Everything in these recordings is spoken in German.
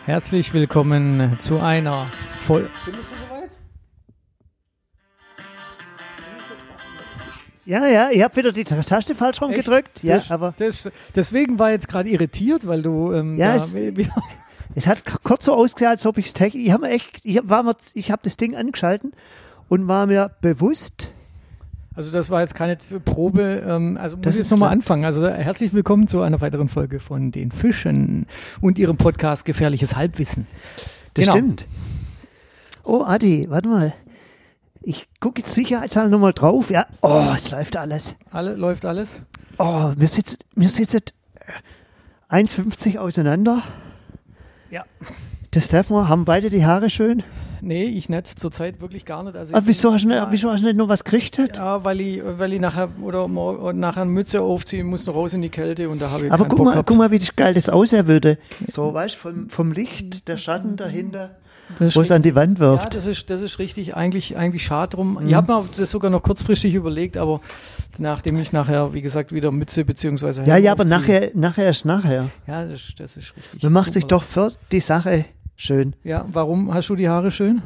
Herzlich willkommen zu einer Folge. Sind wir schon soweit? Ja, ich habe wieder die Taste falsch rumgedrückt. Ja, aber deswegen war jetzt gerade irritiert, weil du es hat kurz so ausgesehen, als ob ich es tag. Ich habe das Ding angeschalten und war mir bewusst. Also das war jetzt keine Probe, also muss ich jetzt nochmal anfangen. Also herzlich willkommen zu einer weiteren Folge von den Fischen und ihrem Podcast Gefährliches Halbwissen. Das stimmt. Oh, Adi, warte mal. Ich gucke jetzt sicherheitshalber nochmal drauf. Ja, es läuft alles. Läuft alles? Oh, wir sitzen 1,50 auseinander. Ja. Das darf man. Haben beide die Haare schön? Nee, ich nicht. Zurzeit wirklich gar nicht. Also aber wieso hast du nicht nur was gerichtet? Ja, weil ich nachher nachher eine Mütze aufziehen muss, noch raus in die Kälte und da habe ich aber keinen Bock gehabt. guck mal, wie geil das aussehen würde. So, weißt du, vom Licht, der Schatten dahinter, wo es an die Wand wirft. Ja, das ist richtig. Eigentlich schade drum. Ich habe mir das sogar noch kurzfristig überlegt, aber nachdem ich nachher, wie gesagt, wieder Mütze beziehungsweise Ja, aber nachher ist nachher. Ja, das ist richtig. Man macht sich doch für die Sache schön. Ja, warum hast du die Haare schön?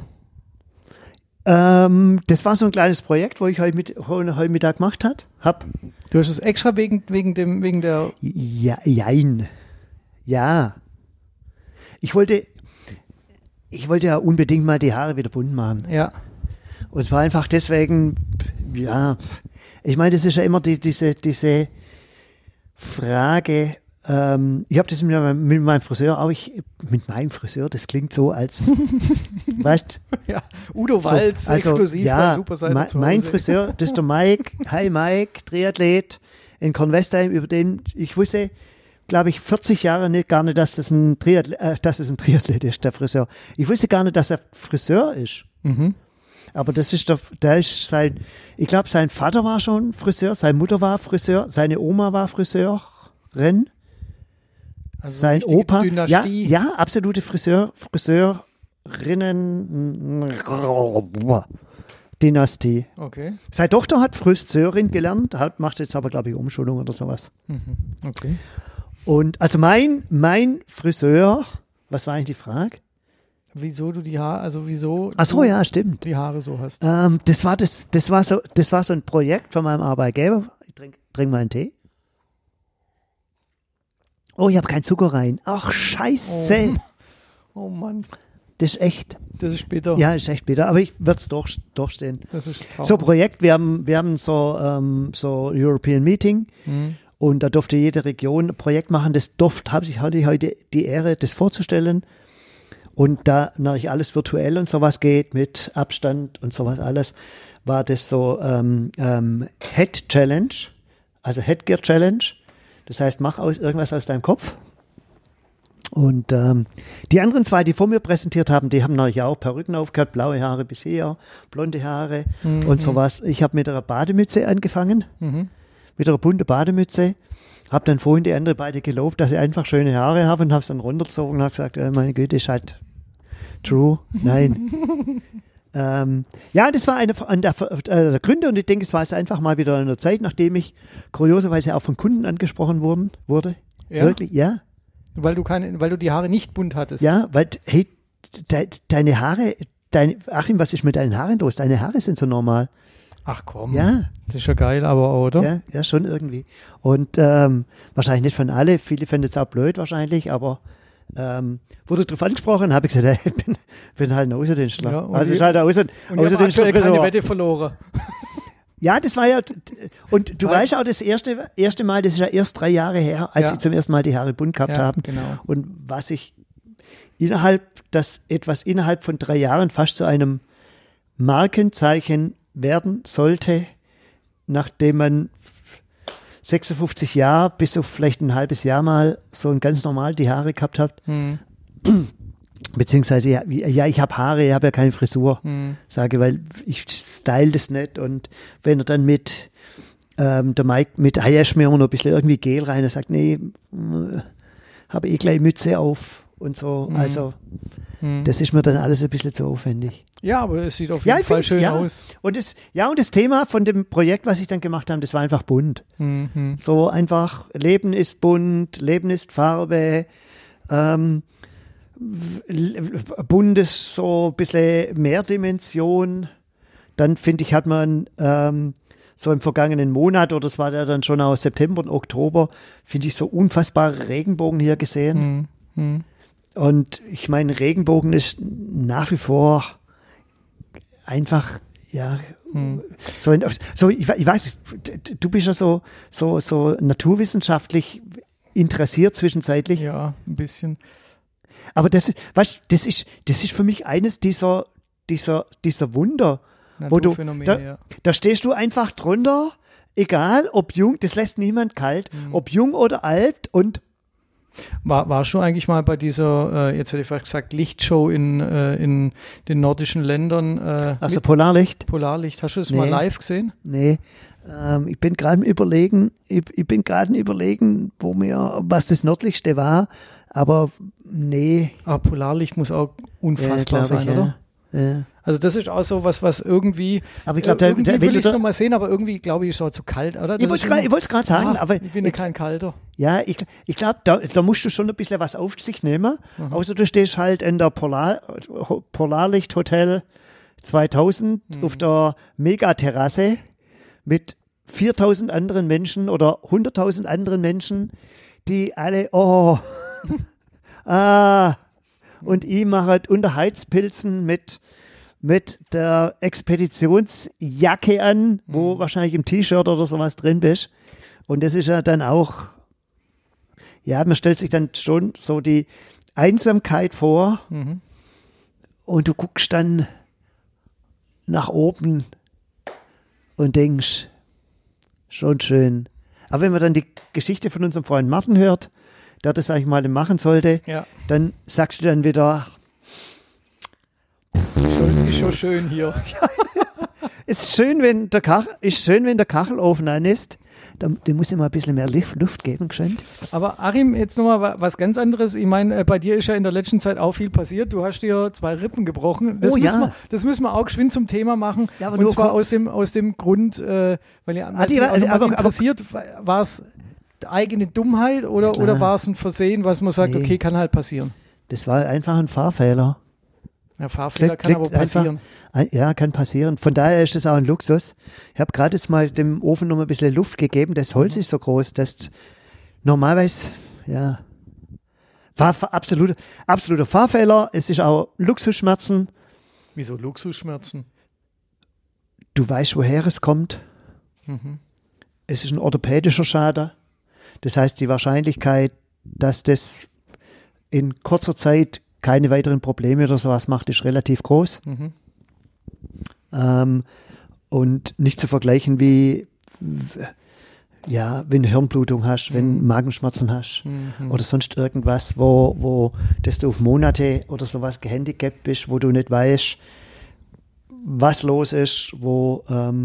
Das war so ein kleines Projekt, wo ich heute Mittag gemacht habe. Du hast es extra wegen der... Ja, jein. Ja. Ich wollte ja unbedingt mal die Haare wieder bunt machen. Ja. Und es war einfach deswegen, ja, ich meine, das ist ja immer diese Frage, ich habe das mit meinem Friseur auch, mit meinem Friseur, das klingt so als, weißt du? Ja, Udo Walz, also, exklusiv ja, bei Superseite zu Hause. Mein Friseur, das ist der Mike. Hi Mike, Triathlet in Kornwestheim, über den ich wusste, glaube ich, 40 Jahre gar nicht, dass das ein Triathlet ist, der Friseur. Ich wusste gar nicht, dass er Friseur ist. Mhm. Aber das ist ich glaube, sein Vater war schon Friseur, seine Mutter war Friseur, seine Oma war Friseurin. Also sein Opa, Dynastie. ja, absolute Friseurinnen Dynastie. Okay. Seine Tochter hat Friseurin gelernt, macht jetzt aber, glaube ich, Umschulung oder sowas. Mhm. Okay. Und also mein Friseur, was war eigentlich die Frage? Wieso du die Haare, also wieso Ach so, ja, stimmt. Die Haare so hast. Das war so ein Projekt von meinem Arbeitgeber. Ich trink mal einen Tee. Oh, ich habe keinen Zucker rein. Ach, scheiße. Oh Mann. Das ist echt. Das ist bitter. Ja, ist echt bitter. Aber ich würde es durchstehen. Das ist traurig. So Projekt, wir haben so European Meeting und da durfte jede Region ein Projekt machen. Hatte ich heute die Ehre, das vorzustellen. Und da natürlich alles virtuell und sowas geht, mit Abstand und sowas alles, war das so Head Challenge, also Headgear Challenge. Das heißt, mach irgendwas aus deinem Kopf. Und die anderen zwei, die vor mir präsentiert haben, die haben natürlich auch Perücken aufgehört, blaue Haare bis hier, blonde Haare und sowas. Ich habe mit einer Bademütze angefangen, mit einer bunten Bademütze. Habe dann vorhin die anderen beide gelobt, dass sie einfach schöne Haare haben und habe es dann runtergezogen und habe gesagt, meine Güte, ist halt true. Nein. Ja, das war einer der Gründe und ich denke, es war jetzt einfach mal wieder in der Zeit, nachdem ich kurioserweise auch von Kunden angesprochen wurde. Ja? Wirklich, ja. Weil du die Haare nicht bunt hattest. Ja, weil, hey, deine Haare, Achim, was ist mit deinen Haaren los? Deine Haare sind so normal. Ach komm. Ja. Das ist ja geil, aber oder? Ja, schon irgendwie. Und wahrscheinlich nicht von alle, viele finden es auch blöd wahrscheinlich, aber wurde darauf angesprochen, habe ich gesagt, ich bin halt ein Außendienstler. Ja, also ich halt Außendienstler. Keine Wette verloren. Ja, das war ja, und du weißt auch, das erste Mal, das ist ja erst 3 Jahre her, als sie zum ersten Mal die Haare bunt gehabt haben. Genau. Und was ich etwas innerhalb von 3 Jahren fast zu einem Markenzeichen werden sollte, nachdem man 56 Jahre bis auf vielleicht ein halbes Jahr mal so ein ganz normal die Haare gehabt hat. Beziehungsweise, ja, ich habe Haare, ich habe ja keine Frisur, sage, weil ich style das nicht. Und wenn er dann mit der Mike mit Eierschmieren und ein bisschen irgendwie Gel rein, er sagt, nee, habe eh gleich Mütze auf und so. Also, das ist mir dann alles ein bisschen zu aufwendig. Ja, aber es sieht auf jeden Fall schön aus. Und das Thema von dem Projekt, was ich dann gemacht habe, das war einfach bunt. So einfach, Leben ist bunt, Leben ist Farbe, buntes, so ein bisschen mehr Dimension. Dann finde ich, hat man so im vergangenen Monat, oder das war ja dann schon aus September und Oktober, finde ich so unfassbare Regenbogen hier gesehen. Und ich meine, Regenbogen ist nach wie vor einfach, ja, so ich weiß, du bist ja so naturwissenschaftlich interessiert zwischenzeitlich. Ja, ein bisschen. Aber das ist für mich eines dieser Wunder, wo du, da stehst du einfach drunter, egal ob jung, das lässt niemand kalt, ob jung oder alt. Und warst du eigentlich mal bei dieser, jetzt hätte ich vielleicht gesagt, Lichtshow in den nordischen Ländern? Also Polarlicht? Polarlicht, hast du das mal live gesehen? Nee. Ich bin gerade überlegen, was das Nördlichste war, aber nee. Aber Polarlicht muss auch unfassbar sein, oder? Ja. Also das ist auch so was irgendwie, aber ich glaube, irgendwie will ich es nochmal sehen, aber irgendwie glaube ich, ist es auch zu kalt, oder? Ich wollte es gerade sagen, aber ich bin kein Kalter. Ja, ich glaube, da musst du schon ein bisschen was auf sich nehmen. Außer du stehst halt in der Polarlicht Hotel 2000 auf der Megaterrasse mit 4.000 anderen Menschen oder 100.000 anderen Menschen, die alle, und ich mache unter Heizpilzen mit der Expeditionsjacke an, wo wahrscheinlich im T-Shirt oder sowas drin bist. Und das ist ja dann auch, ja, man stellt sich dann schon so die Einsamkeit vor und du guckst dann nach oben und denkst, schon schön. Aber wenn man dann die Geschichte von unserem Freund Martin hört, der das eigentlich mal machen sollte, dann sagst du dann wieder, ist schon schön hier. Ist schön, wenn der Kachelofen an ist. Dem muss immer ein bisschen mehr Luft geben, geschwind. Aber Achim, jetzt nochmal was ganz anderes. Ich meine, bei dir ist ja in der letzten Zeit auch viel passiert. Du hast dir 2 Rippen gebrochen. Das müssen wir auch geschwind zum Thema machen. Ja, aber und zwar aus dem Grund, weil ihr interessiert, war es eigene Dummheit oder war es ein Versehen, was man sagt, okay, kann halt passieren? Das war einfach ein Fahrfehler. Ja, Fahrfehler kann aber passieren. Ja, kann passieren. Von daher ist das auch ein Luxus. Ich habe gerade jetzt mal dem Ofen noch ein bisschen Luft gegeben. Das Holz ist so groß, dass normalerweise, ja, war absoluter Fahrfehler. Es ist auch Luxusschmerzen. Wieso Luxusschmerzen? Du weißt, woher es kommt. Es ist ein orthopädischer Schaden. Das heißt, die Wahrscheinlichkeit, dass das in kurzer Zeit keine weiteren Probleme oder sowas macht, ist relativ groß. Und nicht zu vergleichen wie, ja, wenn du Hirnblutung hast, wenn du Magenschmerzen hast oder sonst irgendwas, wo dass du auf Monate oder sowas gehandicapt bist, wo du nicht weißt, was los ist, wo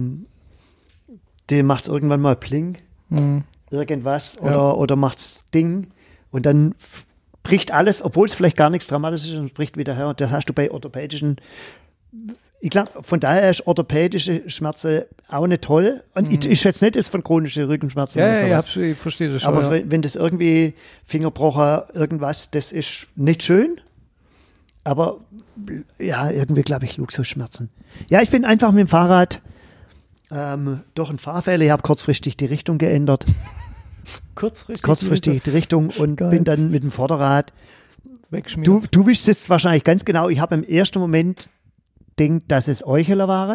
dir macht es irgendwann mal Pling, irgendwas oder macht es Ding und dann bricht alles, obwohl es vielleicht gar nichts Dramatisches ist und bricht wieder her. Und das hast du bei orthopädischen, ich glaube, von daher ist orthopädische Schmerzen auch nicht toll. Und ich schätze nicht, das von chronischen Rückenschmerzen oder sowas. Ja, ich verstehe das schon. Aber wenn das irgendwie Fingerbrocher, irgendwas, das ist nicht schön. Aber ja, irgendwie glaube ich Luxusschmerzen. Ja, ich bin einfach mit dem Fahrrad durch einen Fahrfehler. Ich habe kurzfristig die Richtung geändert. Kurzfristig die Richtung und bin dann mit dem Vorderrad weggeschmiert. Du wischst es wahrscheinlich ganz genau. Ich habe im ersten Moment gedacht, dass es Eicheler waren.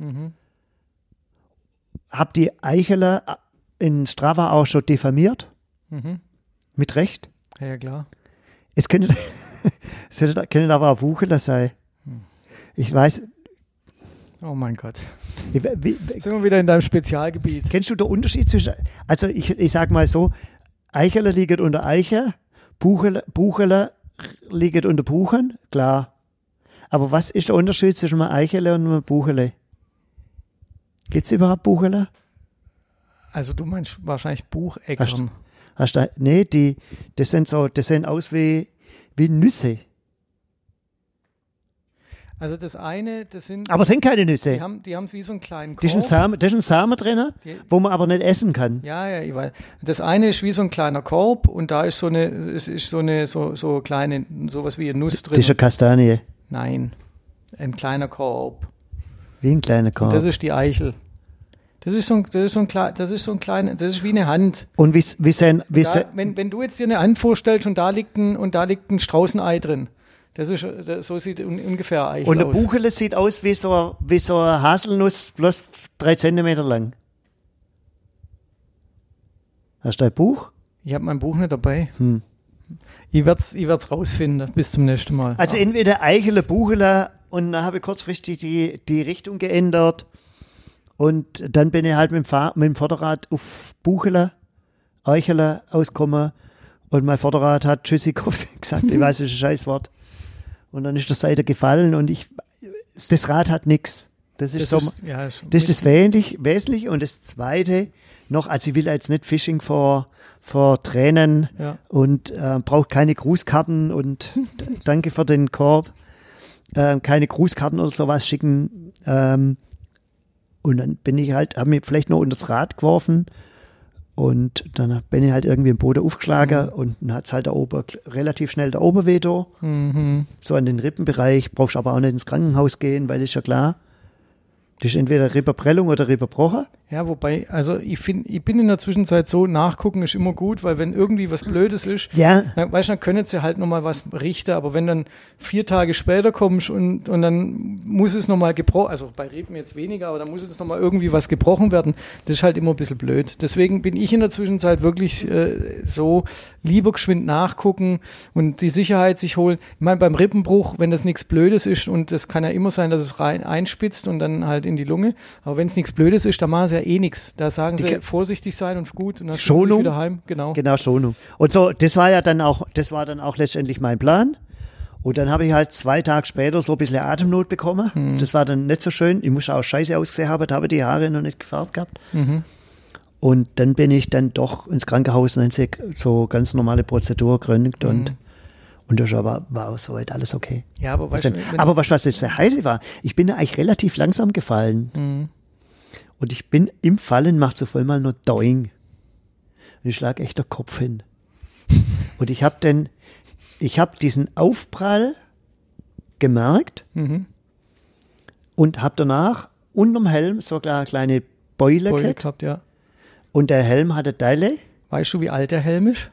Habe die Eicheler in Strava auch schon diffamiert. Mit Recht. Ja, klar. Es können aber auch Wucheler sein. Ich weiß. Oh mein Gott. Sind wir wieder in deinem Spezialgebiet. Kennst du den Unterschied zwischen, also ich sage mal so, Eicheler liegt unter Eiche, Bucheler liegt unter Buchen, klar. Aber was ist der Unterschied zwischen einem Eichele und einem Buchele? Gibt es überhaupt Buchele? Also du meinst wahrscheinlich Bucheckern. Nee, das sehen aus wie Nüsse. Also das eine, das sind... Aber es sind keine Nüsse. Die haben wie so einen kleinen Korb. Da ist ein Samen drin, wo man aber nicht essen kann. Ja, ich weiß. Das eine ist wie so ein kleiner Korb und da ist so kleine, sowas wie eine Nuss drin. Das ist eine Kastanie. Nein, ein kleiner Korb. Wie ein kleiner Korb. Und das ist die Eichel. Das ist wie eine Hand. Und wenn du jetzt dir eine Hand vorstellst und da liegt ein Straußenei drin. So sieht ungefähr Eichel aus. Und eine Buchele sieht aus wie so eine Haselnuss, bloß 3 Zentimeter lang. Hast du ein Buch? Ich habe mein Buch nicht dabei. Ich werd's rausfinden. Bis zum nächsten Mal. Also entweder Eichele, Buchele und dann habe ich kurzfristig die Richtung geändert. Und dann bin ich halt mit dem Vorderrad auf Buchele, Eichele ausgekommen. Und mein Vorderrad hat Tschüssikowski gesagt. Ich weiß, das ist ein Scheißwort. Und dann ist der Seite gefallen und das Rad hat nichts. Das ist das Wesentliche. Und das Zweite noch, also ich will jetzt nicht Phishing vor Tränen und brauche keine Grußkarten und danke für den Korb. Keine Grußkarten oder sowas schicken. Und dann habe mich vielleicht noch unter das Rad geworfen. Und dann bin ich halt irgendwie im Boden aufgeschlagen und dann hat es halt relativ schnell der Oberweh da. So an den Rippenbereich. Brauchst aber auch nicht ins Krankenhaus gehen, weil ist ja klar. Das ist entweder Rippenprellung oder Rippenbrocher. Ja, wobei, also ich bin in der Zwischenzeit so, nachgucken ist immer gut, weil wenn irgendwie was Blödes ist, dann können sie halt nochmal was richten, aber wenn dann 4 Tage später kommst und dann muss es nochmal gebrochen, also bei Rippen jetzt weniger, aber dann muss es nochmal irgendwie was gebrochen werden, das ist halt immer ein bisschen blöd. Deswegen bin ich in der Zwischenzeit wirklich so, lieber geschwind nachgucken und die Sicherheit sich holen. Ich meine, beim Rippenbruch, wenn das nichts Blödes ist und das kann ja immer sein, dass es rein einspitzt und dann halt in die Lunge, aber wenn es nichts Blödes ist, dann machen sie ja eh nichts. Da sagen sie, vorsichtig sein und gut und dann Schonung, sie wieder heim. Genau, Schonung. Und so, das war dann auch letztendlich mein Plan. Und dann habe ich halt 2 Tage später so ein bisschen Atemnot bekommen. Das war dann nicht so schön. Ich musste auch scheiße ausgesehen haben, da habe ich die Haare noch nicht gefärbt gehabt. Und dann bin ich dann doch ins Krankenhaus und dann so ganz normale Prozedur geröntgt und das war auch soweit alles okay. Ja, aber weißt du, was das heiße war, ich bin ja eigentlich relativ langsam gefallen. Und ich bin im Fallen, macht so voll mal nur Doing. Und ich schlag echt den Kopf hin. Und ich habe diesen Aufprall gemerkt und habe danach unterm Helm so eine kleine Beule gehabt, ja. Und der Helm hatte Teile. Weißt du, wie alt der Helm ist?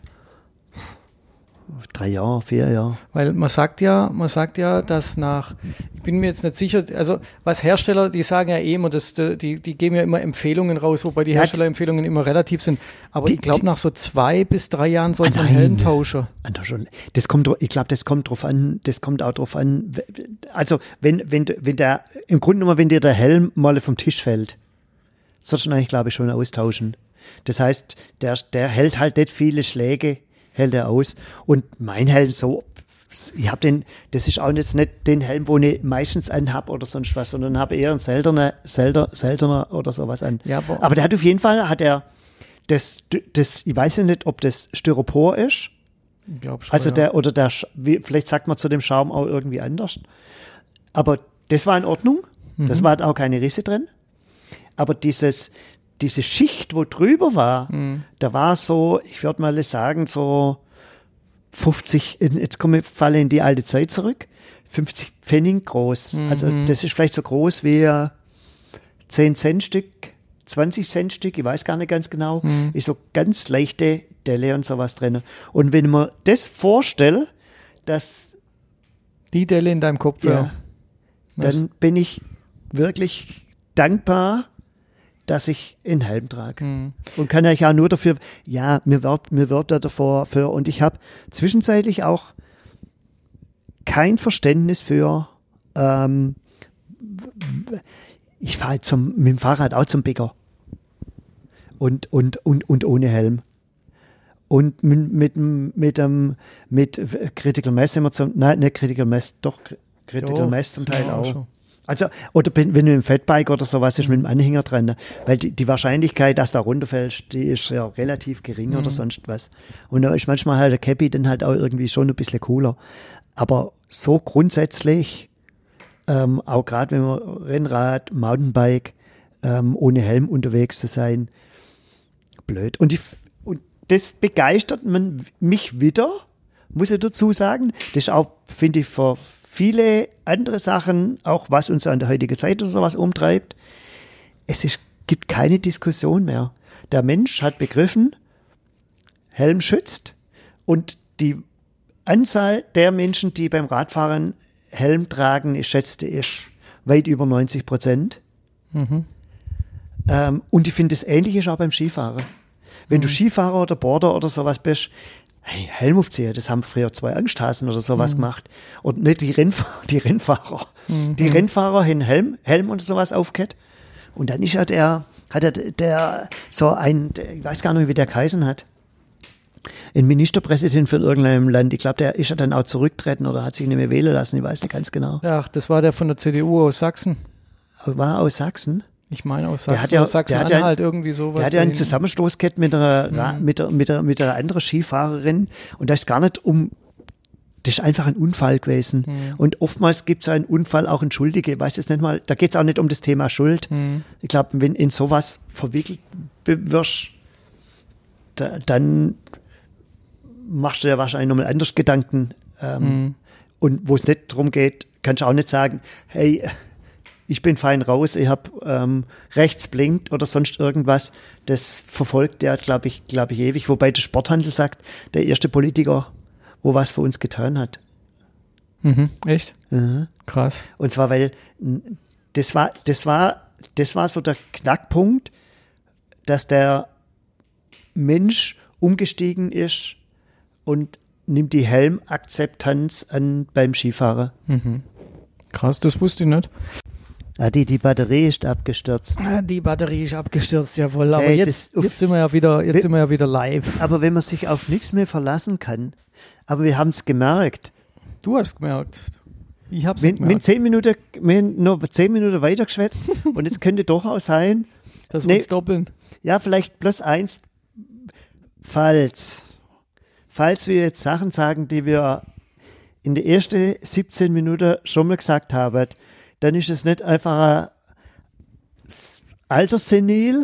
3 Jahre, 4 Jahre. Weil man sagt ja, dass ich bin mir jetzt nicht sicher, also was Hersteller, die sagen ja immer, die geben ja immer Empfehlungen raus, wobei die Herstellerempfehlungen immer relativ sind. Aber ich glaube, nach so 2 bis 3 Jahren soll so ein Helm tauschen. Ich glaube, das kommt auch drauf an. Also, wenn dir der Helm mal vom Tisch fällt, sollst du ihn eigentlich, glaube ich, schon austauschen. Das heißt, der hält halt nicht viele Schläge, hält er aus. Und mein Helm so, das ist auch jetzt nicht den Helm, wo ich meistens anhab oder sonst was, sondern habe eher einen seltener oder sowas an. Ja, aber der hat auf jeden Fall, das, ich weiß ja nicht, ob das Styropor ist. Ich glaube schon. Also vielleicht sagt man zu dem Schaum auch irgendwie anders. Aber das war in Ordnung. Das war auch keine Risse drin. Aber diese Schicht, wo drüber war, da war so, ich würde mal sagen, so 50, jetzt falle in die alte Zeit zurück, 50 Pfennig groß. Also das ist vielleicht so groß wie 10 Cent Stück, 20 Cent Stück, ich weiß gar nicht ganz genau, ist so ganz leichte Delle und sowas drin. Und wenn man das vorstellt, dass die Delle in deinem Kopf, dann bin ich wirklich dankbar, dass ich einen Helm trage. Und kann ja nur dafür, mir wirbt er davor für, und ich habe zwischenzeitlich auch kein Verständnis für, ich fahre mit dem Fahrrad auch zum Bäcker und ohne Helm. Und mit Critical Mass sind wir nicht Critical Mass, doch Critical Mass zum Teil auch. Schon. Also, oder wenn du im Fatbike oder sowas ist mit dem Anhänger dran, ne? Weil die Wahrscheinlichkeit, dass da runterfällst, die ist ja relativ gering oder sonst was. Und da ist manchmal halt der Cappy dann halt auch irgendwie schon ein bisschen cooler. Aber so grundsätzlich auch gerade wenn man Rennrad, Mountainbike, ohne Helm unterwegs zu sein, blöd. Und das begeistert mich wieder, muss ich dazu sagen. Das ist auch, finde ich, für viele andere Sachen, auch was uns an der heutigen Zeit oder sowas umtreibt. Gibt keine Diskussion mehr. Der Mensch hat begriffen, Helm schützt, und die Anzahl der Menschen, die beim Radfahren Helm tragen, ich schätze, ist weit über 90%. Mhm. Und ich finde, das Ähnliche ist auch beim Skifahren. Wenn du Skifahrer oder Boarder oder sowas bist, hey, Helm aufziehen, das haben früher 2 Angsthasen oder sowas gemacht. Und nicht die Rennfahrer. Die Rennfahrer haben Helm und sowas aufgehört. Und dann ist ja ich weiß gar nicht, wie der geheißen hat. Ein Ministerpräsident von irgendeinem Land, ich glaube, der ist ja dann auch zurückgetreten oder hat sich nicht mehr wählen lassen, ich weiß nicht ganz genau. Ach, das war der von der CDU aus Sachsen. War aus Sachsen? Ich meine aus Sachsen, aus Sachsen-Anhalt, irgendwie sowas. Der hat ja einen Zusammenstoß gehabt mit einer anderen Skifahrerin, und das ist gar nicht das ist einfach ein Unfall gewesen. Und oftmals gibt es einen Unfall auch in Schuldige, ich weiß es nicht mal, da geht es auch nicht um das Thema Schuld. Ich glaube, wenn in sowas verwickelt wirst, dann machst du ja wahrscheinlich nochmal anders Gedanken. Und wo es nicht darum geht, kannst du auch nicht sagen, hey, ich bin fein raus, ich habe rechts blinkt oder sonst irgendwas. Das verfolgt der, glaube ich, ewig. Wobei der Sporthandel sagt, der erste Politiker, wo was für uns getan hat. Echt? Krass. Und zwar, weil das war so der Knackpunkt, dass der Mensch umgestiegen ist und nimmt die Helmakzeptanz an beim Skifahren. Krass, das wusste ich nicht. Die Batterie ist abgestürzt. Die Batterie ist abgestürzt, jawohl. Aber jetzt sind wir ja wieder live. Aber wenn man sich auf nichts mehr verlassen kann, aber wir haben es gemerkt. Du hast gemerkt. Ich habe es gemerkt. Wir haben noch 10 Minuten weitergeschwätzt und es könnte durchaus sein, dass wir uns doppeln. Ja, vielleicht +1, falls wir jetzt Sachen sagen, die wir in den ersten 17 Minuten schon mal gesagt haben, dann ist es nicht einfach ein Alterssenil.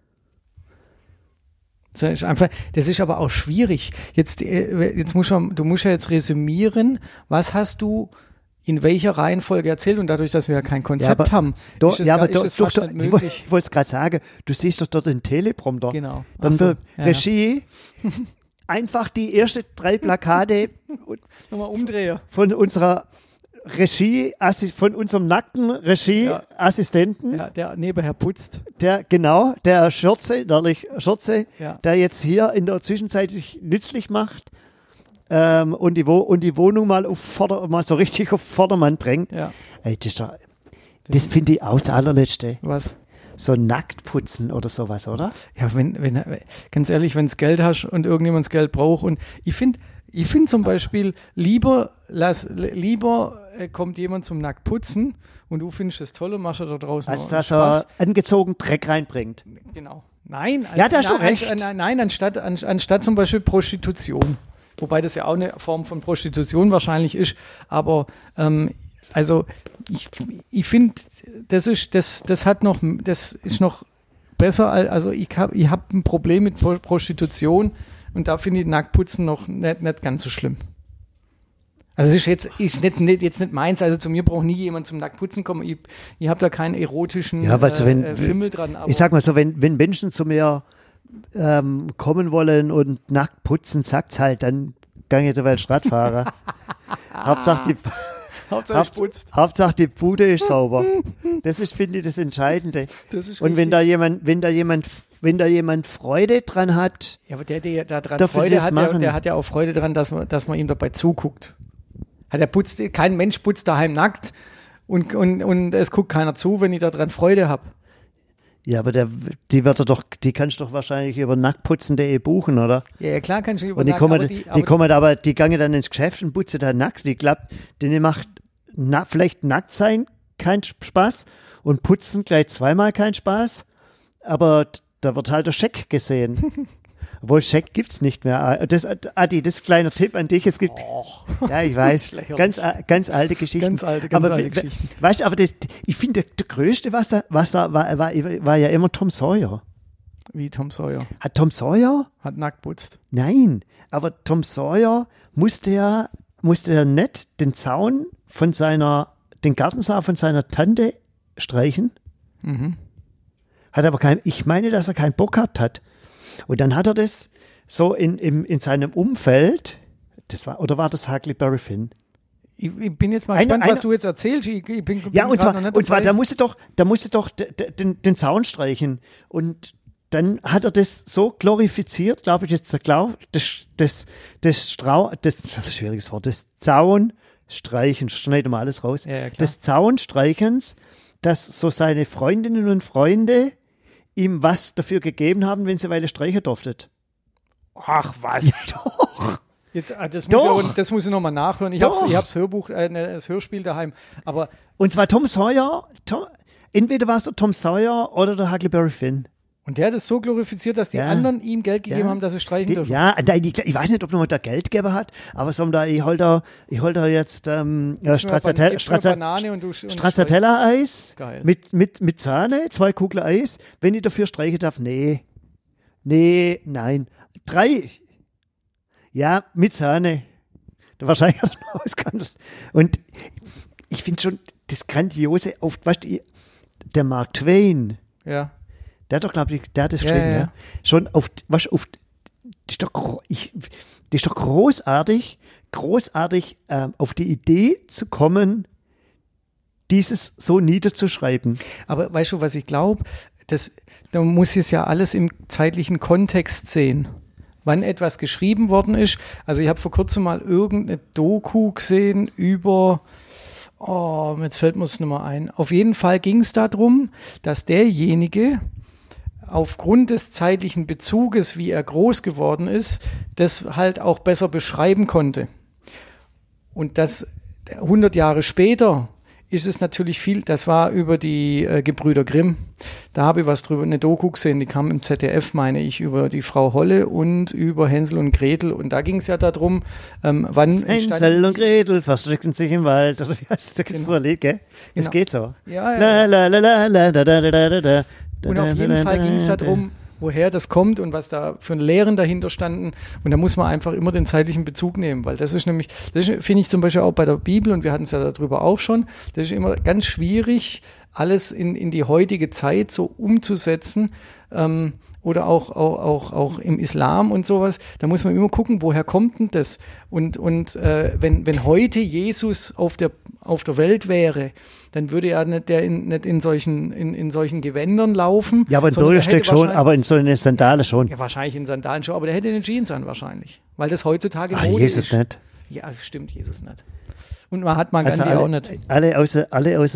Das ist aber auch schwierig. Du musst ja jetzt resümieren, was hast du in welcher Reihenfolge erzählt, und dadurch, dass wir ja kein Konzept haben, ist es fast nicht möglich. Ich wollte es gerade sagen, du siehst doch dort den Teleprompter. Genau. Dann Regie, einfach die ersten 3 Plakate nochmal umdrehen. Von unserer Regie, von unserem nackten Regieassistenten. Ja, der nebenher putzt. Der Schürze, der jetzt hier in der Zwischenzeit sich nützlich macht und die Wohnung mal so richtig auf Vordermann bringt. Ja. Ey, das finde ich auch das Allerletzte. Was? So nackt putzen oder sowas, oder? Ja, ganz ehrlich, wenn du Geld hast und irgendjemand das Geld braucht, und ich finde zum Beispiel, lieber kommt jemand zum Nacktputzen und du findest das toll und machst da draußen als dass er angezogen Dreck reinbringt. Genau. Nein, ja, da hast du recht. Nein, anstatt zum Beispiel Prostitution. Wobei das ja auch eine Form von Prostitution wahrscheinlich ist. Aber also ich finde, das ist noch besser, also ich hab ein Problem mit Prostitution, und da finde ich Nacktputzen noch nicht ganz so schlimm. Also es ist jetzt nicht meins, also zu mir braucht nie jemand zum Nacktputzen kommen. Ich habe da keinen erotischen Fimmel dran. Aber ich sag mal so, wenn Menschen zu mir kommen wollen und nackt putzen, sagt's halt, dann gang ich der Welt Radfahrer. Hauptsache die Bude ist sauber. Das ist, finde ich, das Entscheidende. Das ist und wenn da jemand Freude dran hat, ja, aber der da dran Freude hat, der hat ja auch Freude dran, dass man ihm dabei zuguckt. Kein Mensch putzt daheim nackt und es guckt keiner zu, wenn ich da dran Freude habe. Ja, aber die kannst du doch wahrscheinlich über nacktputzen.de buchen, oder? Ja, klar kannst du über nackt. Die gangen dann ins Geschäft und putzen da nackt. Ich glaube, denen macht vielleicht nackt sein keinen Spaß und putzen gleich zweimal keinen Spaß, aber da wird halt der Scheck gesehen. Obwohl Scheck gibt es nicht mehr. Adi, das ist ein kleiner Tipp an dich. Es gibt, ja, ich weiß, ganz alte Geschichten. Ganz alte Geschichten. Weißt du, aber ich finde, der Größte, was da war ja immer Tom Sawyer. Wie Tom Sawyer? Hat Tom Sawyer? Hat nackt putzt. Nein, aber Tom Sawyer musste ja nicht den Zaun den Gartensaal von seiner Tante streichen. Mhm. Hat aber ich meine, dass er keinen Bock gehabt hat. Und dann hat er das so in seinem Umfeld, oder war das Huckleberry Finn? Ich bin jetzt mal gespannt, was du jetzt erzählst. Und zwar, da musste doch den Zaun streichen. Und dann hat er das so glorifiziert, glaube ich, das schwieriges Wort, das Zaunstreichen, schneid mal alles raus, des Zaunstreichens, dass so seine Freundinnen und Freunde ihm was dafür gegeben haben, wenn sie eine Weile streichen durftet. Ach was? Ja, doch. Jetzt, das muss ich nochmal nachhören. Ich habe das Hörspiel daheim. Aber und zwar Tom Sawyer, entweder war es der Tom Sawyer oder der Huckleberry Finn. Und der hat es so glorifiziert, dass die anderen ihm Geld gegeben haben, dass er streichen dürfen. Ja, ich weiß nicht, ob noch der Geldgeber hat, aber so ich hol da jetzt Stracciatella-Eis mit Sahne, 2 Kugeln Eis. Wenn ich dafür streichen darf, nein. 3. Ja, mit Sahne. Wahrscheinlich hat er noch ausgehandelt. Und ich finde schon das Grandiose, der Mark Twain. Ja. Der hat doch, glaube ich, der hat das geschrieben, ja. Schon das ist doch großartig, auf die Idee zu kommen, dieses so niederzuschreiben. Aber weißt du, was ich glaube? Da muss es ja alles im zeitlichen Kontext sehen. Wann etwas geschrieben worden ist. Also ich habe vor kurzem mal irgendeine Doku gesehen über, jetzt fällt mir es nicht mehr ein. Auf jeden Fall ging es darum, dass derjenige aufgrund des zeitlichen Bezuges, wie er groß geworden ist, das halt auch besser beschreiben konnte. Und das 100 Jahre später ist es natürlich das war über die Gebrüder Grimm. Da habe ich was drüber, eine Doku gesehen, die kam im ZDF, meine ich, über die Frau Holle und über Hänsel und Gretel. Und da ging es ja darum, wann Hänsel und Gretel versteckten sich im Wald. Oder wie heißt das? Genau. So ein Lied, gell? Es geht so. Ja. La, la, la, la, la, da, da, da, da, da. Und auf jeden Fall ging es darum, woher das kommt und was da für Lehren dahinter standen. Und da muss man einfach immer den zeitlichen Bezug nehmen, weil das finde ich zum Beispiel auch bei der Bibel, und wir hatten es ja darüber auch schon, das ist immer ganz schwierig, alles in die heutige Zeit so umzusetzen, oder auch im Islam und sowas. Da muss man immer gucken, woher kommt denn das? Und wenn heute Jesus auf der Welt wäre, dann würde er nicht in solchen Gewändern laufen. Ja, aber in Bürgersteig schon, aber in so einer Sandale schon. Ja, wahrscheinlich in Sandalen schon, aber der hätte eine Jeans an wahrscheinlich, weil das heutzutage Mode Jesus ist. Nicht. Ja, stimmt, Jesus nicht. Und man hat Gandhi auch nicht. Alle außer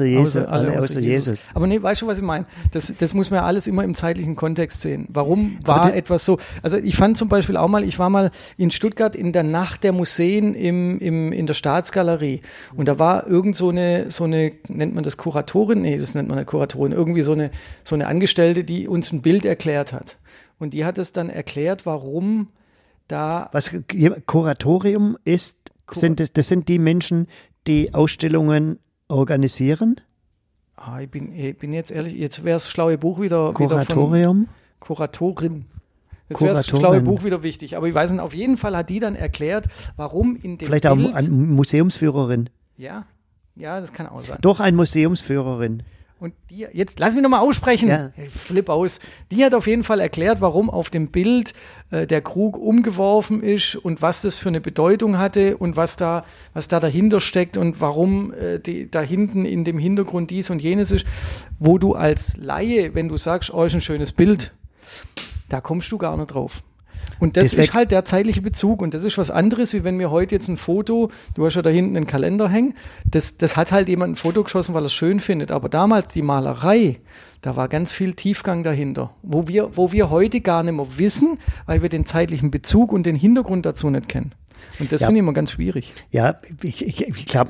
Jesus. Aber nee, weißt du, was ich meine? Das muss man ja alles immer im zeitlichen Kontext sehen. Warum war etwas so? Also ich fand zum Beispiel auch mal, ich war mal in Stuttgart in der Nacht der Museen in der Staatsgalerie. Und da war irgend so eine, nennt man das Kuratorin? Nee, das nennt man nicht Kuratorin. Irgendwie so eine Angestellte, die uns ein Bild erklärt hat. Und die hat es dann erklärt, warum da... Was Kuratorium ist? Das sind die Menschen, die Ausstellungen organisieren? Ich bin jetzt ehrlich, jetzt wäre das schlaue Buch wieder Kuratorium? Kuratorin. Jetzt wäre das schlaue Buch wieder wichtig. Aber ich weiß nicht, auf jeden Fall hat die dann erklärt, warum in dem Vielleicht Bild... Vielleicht auch eine Museumsführerin. Ja, das kann auch sein. Doch, eine Museumsführerin. Und die, jetzt lass mich nochmal aussprechen. Ja. Flipp aus. Die hat auf jeden Fall erklärt, warum auf dem Bild der Krug umgeworfen ist und was das für eine Bedeutung hatte und was da dahinter steckt und warum da hinten in dem Hintergrund dies und jenes ist, wo du als Laie, wenn du sagst, ist ein schönes Bild, da kommst du gar nicht drauf. Und das ist halt der zeitliche Bezug und das ist was anderes, wie wenn wir heute jetzt ein Foto, du hast ja da hinten einen Kalender hängen, das hat halt jemand ein Foto geschossen, weil er es schön findet, aber damals die Malerei, da war ganz viel Tiefgang dahinter, wo wir heute gar nicht mehr wissen, weil wir den zeitlichen Bezug und den Hintergrund dazu nicht kennen. Und das finde ich immer ganz schwierig. Ja, ich glaube,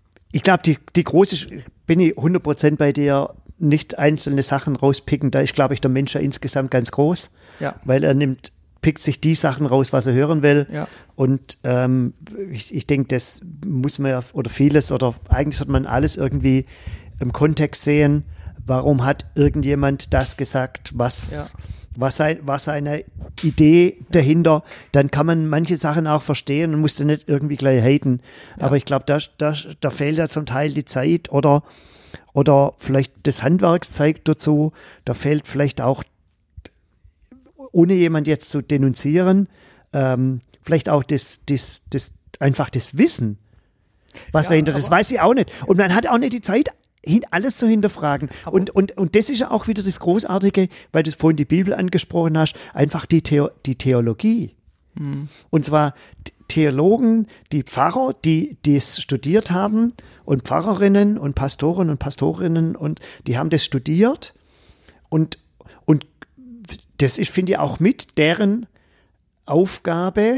die große, bin ich 100% bei dir, nicht einzelne Sachen rauspicken, da ist, glaube ich, der Mensch ja insgesamt ganz groß, weil er nimmt pickt sich die Sachen raus, was er hören will. Ja. Und ich denke, das muss man ja, oder vieles, oder eigentlich sollte man alles irgendwie im Kontext sehen. Warum hat irgendjemand das gesagt? Was seine Idee dahinter? Dann kann man manche Sachen auch verstehen und muss dann nicht irgendwie gleich haten. Ja. Aber ich glaube, da fehlt ja zum Teil die Zeit oder vielleicht das Handwerkszeug dazu. Da fehlt vielleicht auch, ohne jemand jetzt zu denunzieren, vielleicht auch einfach das Wissen, was dahinter ist. Das weiß ich auch nicht. Und man hat auch nicht die Zeit, alles zu hinterfragen. Und das ist ja auch wieder das Großartige, weil du vorhin die Bibel angesprochen hast, einfach die Theologie. Und zwar Theologen, die Pfarrer, die es studiert haben, und Pfarrerinnen und Pastoren und Pastorinnen, und die haben das studiert, und das ist, finde ich, auch mit deren Aufgabe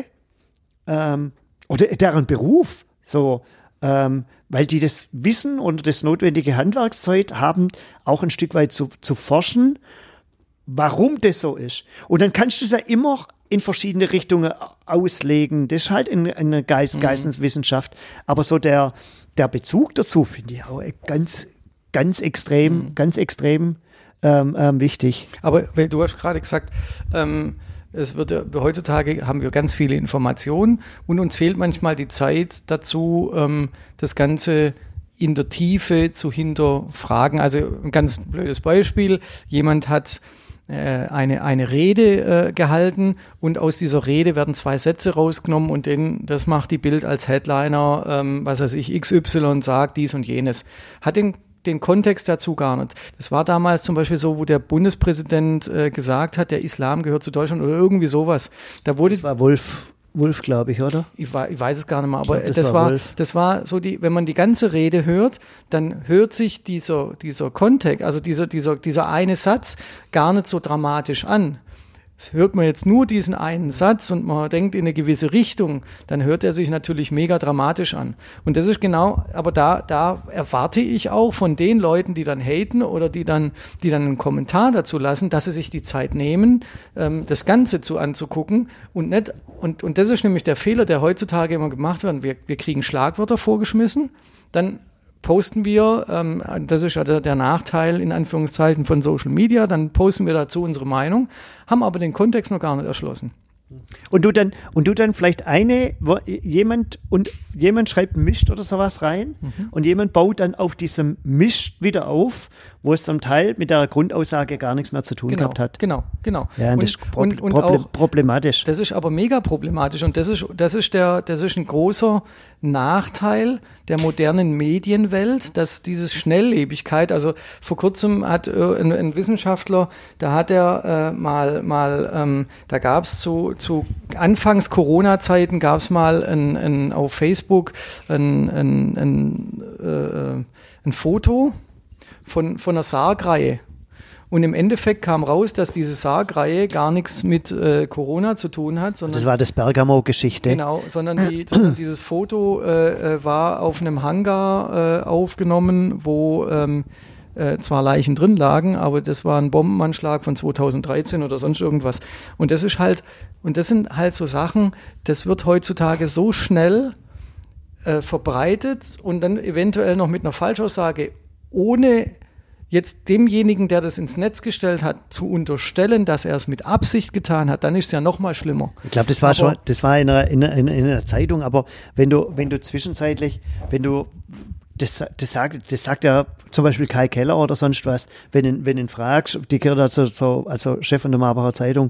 oder deren Beruf, so, weil die das Wissen und das notwendige Handwerkszeug haben, auch ein Stück weit zu forschen, warum das so ist. Und dann kannst du es ja immer in verschiedene Richtungen auslegen. Das ist halt eine Geisteswissenschaft. Aber so der Bezug dazu finde ich auch ganz extrem wichtig. Aber du hast gerade gesagt, heutzutage haben wir ganz viele Informationen und uns fehlt manchmal die Zeit dazu, das Ganze in der Tiefe zu hinterfragen. Also ein ganz blödes Beispiel: Jemand hat eine Rede gehalten, und aus dieser Rede werden 2 Sätze rausgenommen, und das macht die Bild als Headliner, was weiß ich, XY sagt dies und jenes. Hat den Kontext dazu gar nicht. Das war damals zum Beispiel so, wo der Bundespräsident gesagt hat, der Islam gehört zu Deutschland oder irgendwie sowas. Das war Wolf, glaube ich, oder? Ich weiß es gar nicht mehr, aber das war so, wenn man die ganze Rede hört, dann hört sich dieser Kontext, also dieser eine Satz gar nicht so dramatisch an. Hört man jetzt nur diesen einen Satz und man denkt in eine gewisse Richtung, dann hört er sich natürlich mega dramatisch an. Und das ist genau, aber da erwarte ich auch von den Leuten, die dann haten oder die dann einen Kommentar dazu lassen, dass sie sich die Zeit nehmen, das Ganze anzugucken und nicht, und das ist nämlich der Fehler, der heutzutage immer gemacht wird. Wir kriegen Schlagwörter vorgeschmissen, dann posten wir, das ist ja der Nachteil in Anführungszeichen von Social Media, dann posten wir dazu unsere Meinung, haben aber den Kontext noch gar nicht erschlossen. Und du dann vielleicht jemand schreibt Mist oder sowas rein, und jemand baut dann auf diesem Mist wieder auf, wo es zum Teil mit der Grundaussage gar nichts mehr zu tun gehabt hat. Genau. Ja, und das ist problematisch. Das ist aber mega problematisch, und das ist ein großer Nachteil der modernen Medienwelt, dass diese Schnelllebigkeit, also vor kurzem hat ein Wissenschaftler, da hat er da gab es zu Anfangs Corona-Zeiten gab es mal auf Facebook ein Foto von einer Sargreihe. Und im Endeffekt kam raus, dass diese Sargreihe gar nichts mit Corona zu tun hat. Sondern, das war das Bergamo-Geschichte. Genau, sondern dieses Foto war auf einem Hangar aufgenommen, wo zwar Leichen drin lagen, aber das war ein Bombenanschlag von 2013 oder sonst irgendwas. Und das sind halt so Sachen, das wird heutzutage so schnell verbreitet und dann eventuell noch mit einer Falschaussage, ohne jetzt demjenigen, der das ins Netz gestellt hat, zu unterstellen, dass er es mit Absicht getan hat, dann ist es ja noch mal schlimmer. Ich glaube, das war in einer Zeitung, aber wenn du zwischenzeitlich, das sagt ja zum Beispiel Kai Keller oder sonst was, wenn ihn fragst, die gehört also Chef von der Marbacher Zeitung,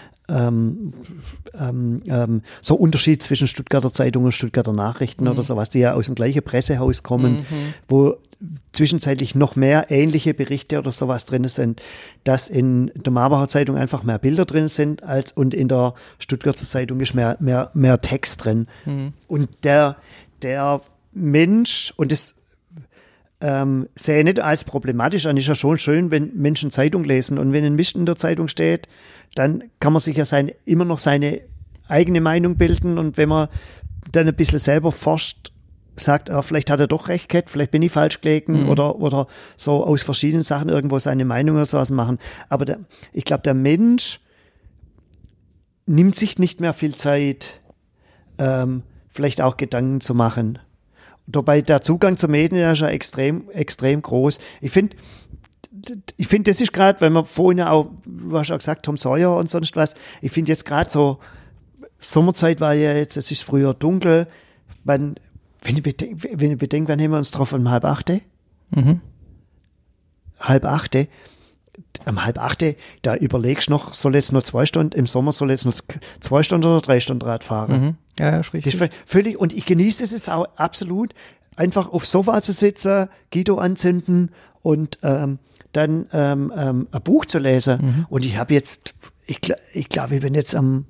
so Unterschied zwischen Stuttgarter Zeitung und Stuttgarter Nachrichten oder sowas, die ja aus dem gleichen Pressehaus kommen, wo zwischenzeitlich noch mehr ähnliche Berichte oder sowas drin sind, dass in der Marbacher Zeitung einfach mehr Bilder drin sind und in der Stuttgarter Zeitung ist mehr Text drin. Und der Mensch, und das sehe ich nicht als problematisch an, ist ja schon schön, wenn Menschen Zeitung lesen, und wenn ein Mist in der Zeitung steht, dann kann man sich ja immer noch seine eigene Meinung bilden, und wenn man dann ein bisschen selber forscht, sagt, vielleicht hat er doch recht gehabt, vielleicht bin ich falsch gelegen oder so aus verschiedenen Sachen irgendwo seine Meinung oder sowas machen. Aber ich glaube, der Mensch nimmt sich nicht mehr viel Zeit, vielleicht auch Gedanken zu machen. Dabei der Zugang zu Medien ist ja extrem, extrem groß. Ich finde, das ist gerade, wenn man vorhin auch, du hast ja gesagt, Tom Sawyer und sonst was, ich finde jetzt gerade so, Sommerzeit war ja jetzt, es ist früher dunkel, wenn ich bedenke, wann haben wir uns getroffen? Um 7:30? Mhm. 7:30? Am 7:30, da überlegst du noch, soll jetzt noch 2 Stunden, im Sommer soll jetzt noch 2 Stunden oder 3 Stunden Rad fahren. Mhm. Ja, ist richtig. Das ist völlig, und ich genieße es jetzt auch absolut, einfach aufs Sofa zu sitzen, Guido anzünden und dann ein Buch zu lesen. Mhm. Und ich habe jetzt, ich glaube, ich bin jetzt am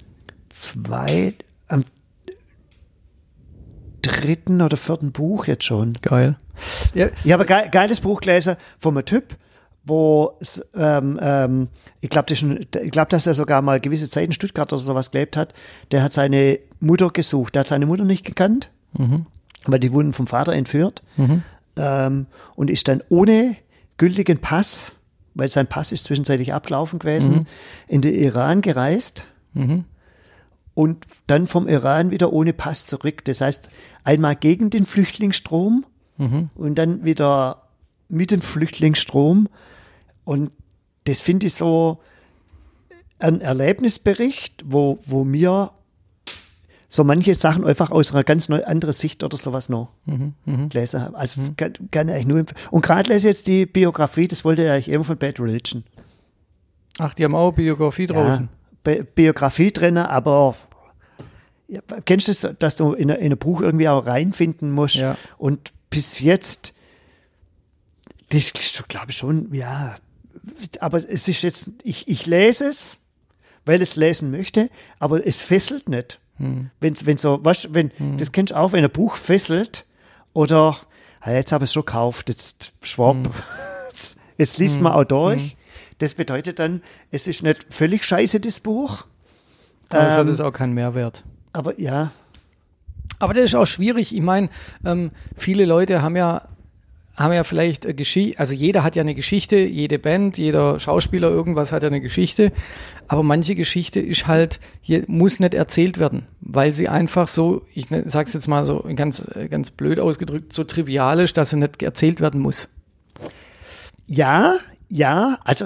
3. oder 4. Buch jetzt schon. Geil. Ja. Ich habe ein geiles Buch gelesen von einem Typ, wo ich glaube, dass er sogar mal gewisse Zeit in Stuttgart oder sowas gelebt hat. Der hat seine Mutter gesucht. Der hat seine Mutter nicht gekannt, weil die wurden vom Vater entführt, und ist dann ohne gültigen Pass, weil sein Pass ist zwischenzeitlich abgelaufen gewesen, in den Iran gereist. Und dann vom Iran wieder ohne Pass zurück. Das heißt, einmal gegen den Flüchtlingsstrom und dann wieder mit dem Flüchtlingsstrom. Und das finde ich so ein Erlebnisbericht, wo mir so manche Sachen einfach aus einer ganz anderen Sicht oder sowas noch gelesen habe. Also das kann ich eigentlich nur empfehlen. Und gerade lese ich jetzt die Biografie, das wollte ich eigentlich immer von Bad Religion. Ach, die haben auch Biografie draußen. Biografie drin, aber kennst du das, dass du in ein Buch irgendwie auch reinfinden musst? Ja. Und bis jetzt, das glaube ich schon, ja, aber es ist jetzt, ich lese es, weil ich es lesen möchte, aber es fesselt nicht. Wenn so, weißt, das kennst du auch, wenn ein Buch fesselt oder, jetzt habe ich es schon gekauft, jetzt schwab, jetzt liest man auch durch. Das bedeutet dann, es ist nicht völlig scheiße, das Buch. Aber es hat jetzt auch keinen Mehrwert. Aber ja. Aber das ist auch schwierig. Ich meine, viele Leute haben ja vielleicht Geschichte, also jeder hat ja eine Geschichte, jede Band, jeder Schauspieler, irgendwas hat ja eine Geschichte. Aber manche Geschichte ist halt, muss nicht erzählt werden, weil sie einfach so, ich sag's jetzt mal so ganz, ganz blöd ausgedrückt, so trivial ist, dass sie nicht erzählt werden muss. Ja, also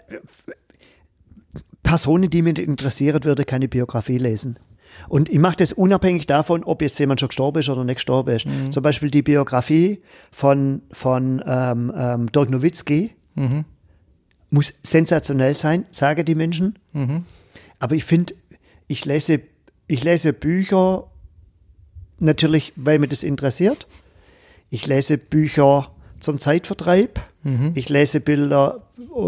Personen, die mich interessieren, würde keine Biografie lesen. Und ich mache das unabhängig davon, ob jetzt jemand schon gestorben ist oder nicht gestorben ist. Zum Beispiel die Biografie von Dirk Nowitzki muss sensationell sein, sagen die Menschen. Aber ich finde, ich lese Bücher natürlich, weil mich das interessiert. Ich lese Bücher zum Zeitvertreib. Ich lese Bücher,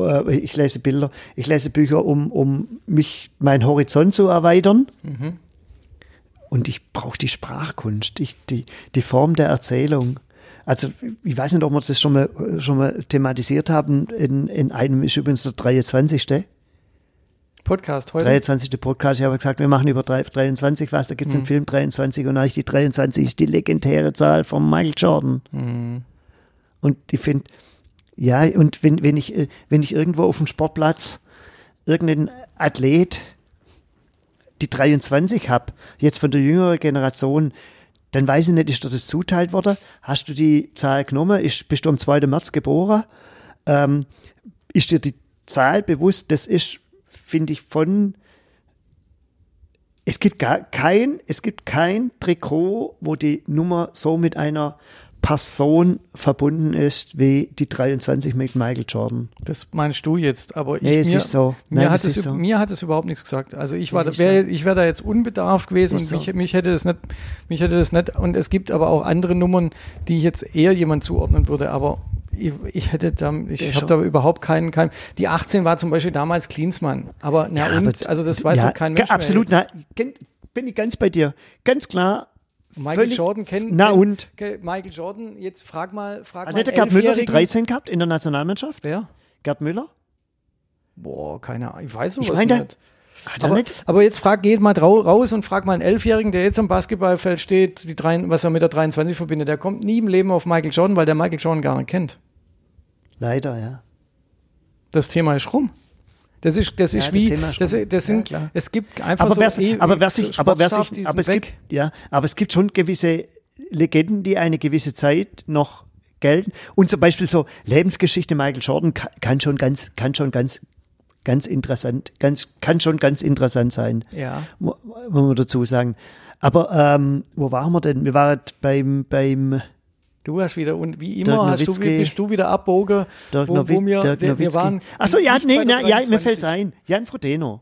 um meinen Horizont zu erweitern. Und ich brauche die Sprachkunst, die Form der Erzählung. Also ich weiß nicht, ob wir das schon mal thematisiert haben. In einem ist übrigens der 23. Podcast heute. 23. Podcast. Ich habe gesagt, wir machen über 23 was. Da gibt es einen Film 23 und eigentlich die 23 ist die legendäre Zahl von Michael Jordan. Und ich finde, ja, und wenn ich irgendwo auf dem Sportplatz irgendeinen Athlet die 23 habe, jetzt von der jüngeren Generation, dann weiß ich nicht, ist dir das zuteilt worden? Hast du die Zahl genommen? Bist du am 2. März geboren? Ist dir die Zahl bewusst? Das ist, finde ich, es gibt kein Trikot, wo die Nummer so mit einer Person verbunden ist wie die 23 mit Michael Jordan. Das meinst du jetzt, aber es ist so. Mir hat es überhaupt nichts gesagt. Also ich wäre da jetzt unbedarft gewesen und mich hätte das nicht, und es gibt aber auch andere Nummern, die ich jetzt eher jemand zuordnen würde, aber ich habe da überhaupt keinen, die 18 war zum Beispiel damals Klinsmann, aber also das weiß auch kein Mensch mehr. Absolut, bin ich ganz bei dir. Ganz klar. Michael Jordan kennt. Michael Jordan, jetzt frag mal. Hat der Gerd Müller die 13 gehabt in der Nationalmannschaft? Wer? Gerd Müller? Boah, keine Ahnung. Ich weiß sowas nicht. Aber jetzt geht mal raus und frag mal einen 11-Jährigen, der jetzt am Basketballfeld steht, was er mit der 23 verbindet. Der kommt nie im Leben auf Michael Jordan, weil der Michael Jordan gar nicht kennt. Leider, ja. Das Thema ist rum. Das ist wie, das sind, ja, es gibt einfach aber es gibt schon gewisse Legenden, die eine gewisse Zeit noch gelten. Und zum Beispiel so Lebensgeschichte Michael Jordan kann schon ganz interessant sein. Ja. Muss man dazu sagen. Aber wo waren wir denn? Wir waren beim Du hast wieder, und wie immer bist du wieder abbogen, wo wir waren. Achso, mir fällt es ein. Jan Frodeno.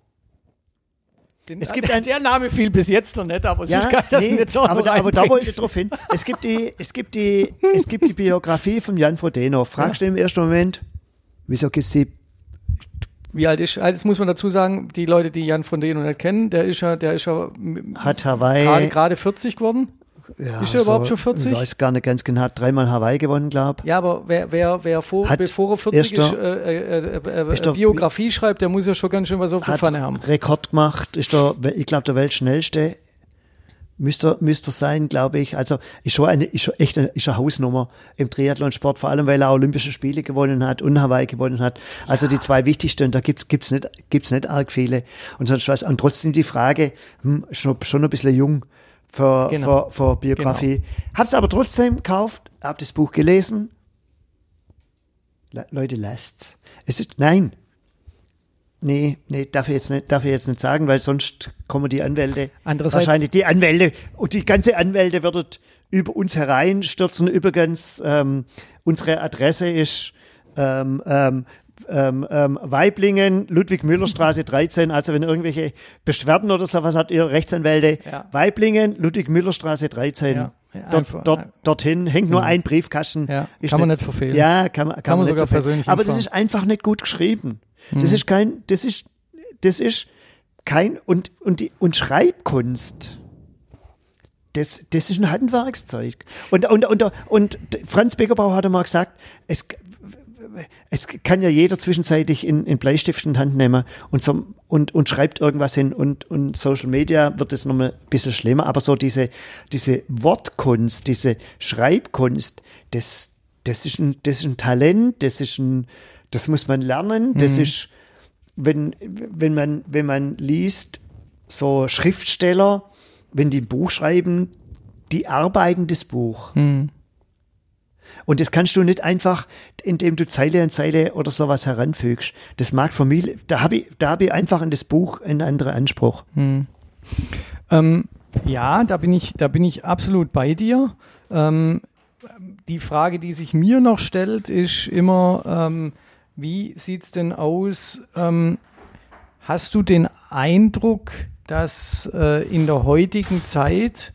Der Name fiel bis jetzt noch nicht, aber aber da wollte ich drauf hin. Es gibt die Biografie von Jan Frodeno. Fragst du im ersten Moment, wieso gibt es die? Wie alt ist, das muss man dazu sagen, die Leute, die Jan Frodeno nicht kennen, der ist ja hat Hawaii gerade 40 geworden. Ja, ist der überhaupt schon 40? Ich weiß gar nicht ganz genau, hat 3-mal Hawaii gewonnen, glaube ich. Ja, aber bevor er 40 ist, Biografie schreibt, der muss ja schon ganz schön was auf der Pfanne haben. Rekord gemacht, ich glaube, der Weltschnellste müsste sein, glaube ich. Also ist schon eine Hausnummer im Triathlonsport, vor allem weil er Olympische Spiele gewonnen hat und Hawaii gewonnen hat. Also die zwei wichtigsten, und da gibt's nicht arg viele. Und sonst was. Und trotzdem die Frage, schon ein bisschen jung für Biografie. Genau. Hab's aber trotzdem gekauft, hab das Buch gelesen. Leute, lasst's. Nee, darf ich jetzt nicht sagen, weil sonst kommen die Anwälte. Andererseits wahrscheinlich die Anwälte und die ganze Anwälte werden über uns hereinstürzen. Übrigens, unsere Adresse ist Waiblingen, Ludwig-Müller-Straße 13, also wenn irgendwelche Beschwerden oder sowas habt, ihr Rechtsanwälte, Waiblingen, Ludwig-Müller-Straße 13, dorthin hängt nur ein Briefkasten. Ja, kann man nicht verfehlen. Ja, kann man sogar persönlich aber das ist einfach nicht gut geschrieben. Das ist kein, und Schreibkunst, das ist ein Handwerkszeug. Und Franz Beckerbauer hat mal gesagt, es kann ja jeder zwischenzeitlich in Bleistift in die Hand nehmen und schreibt irgendwas hin, und Social Media wird es nochmal ein bisschen schlimmer, aber so diese Wortkunst, diese Schreibkunst, das ist ein Talent, das muss man lernen, das ist, wenn man liest, so Schriftsteller, wenn die ein Buch schreiben, die arbeiten das Buch. Und das kannst du nicht einfach, indem du Zeile an Zeile oder sowas heranfügst. Das mag für mich, da hab ich einfach in das Buch einen anderen Anspruch. Ja, da bin ich absolut bei dir. Die Frage, die sich mir noch stellt, ist immer, wie sieht es denn aus? Hast du den Eindruck, dass in der heutigen Zeit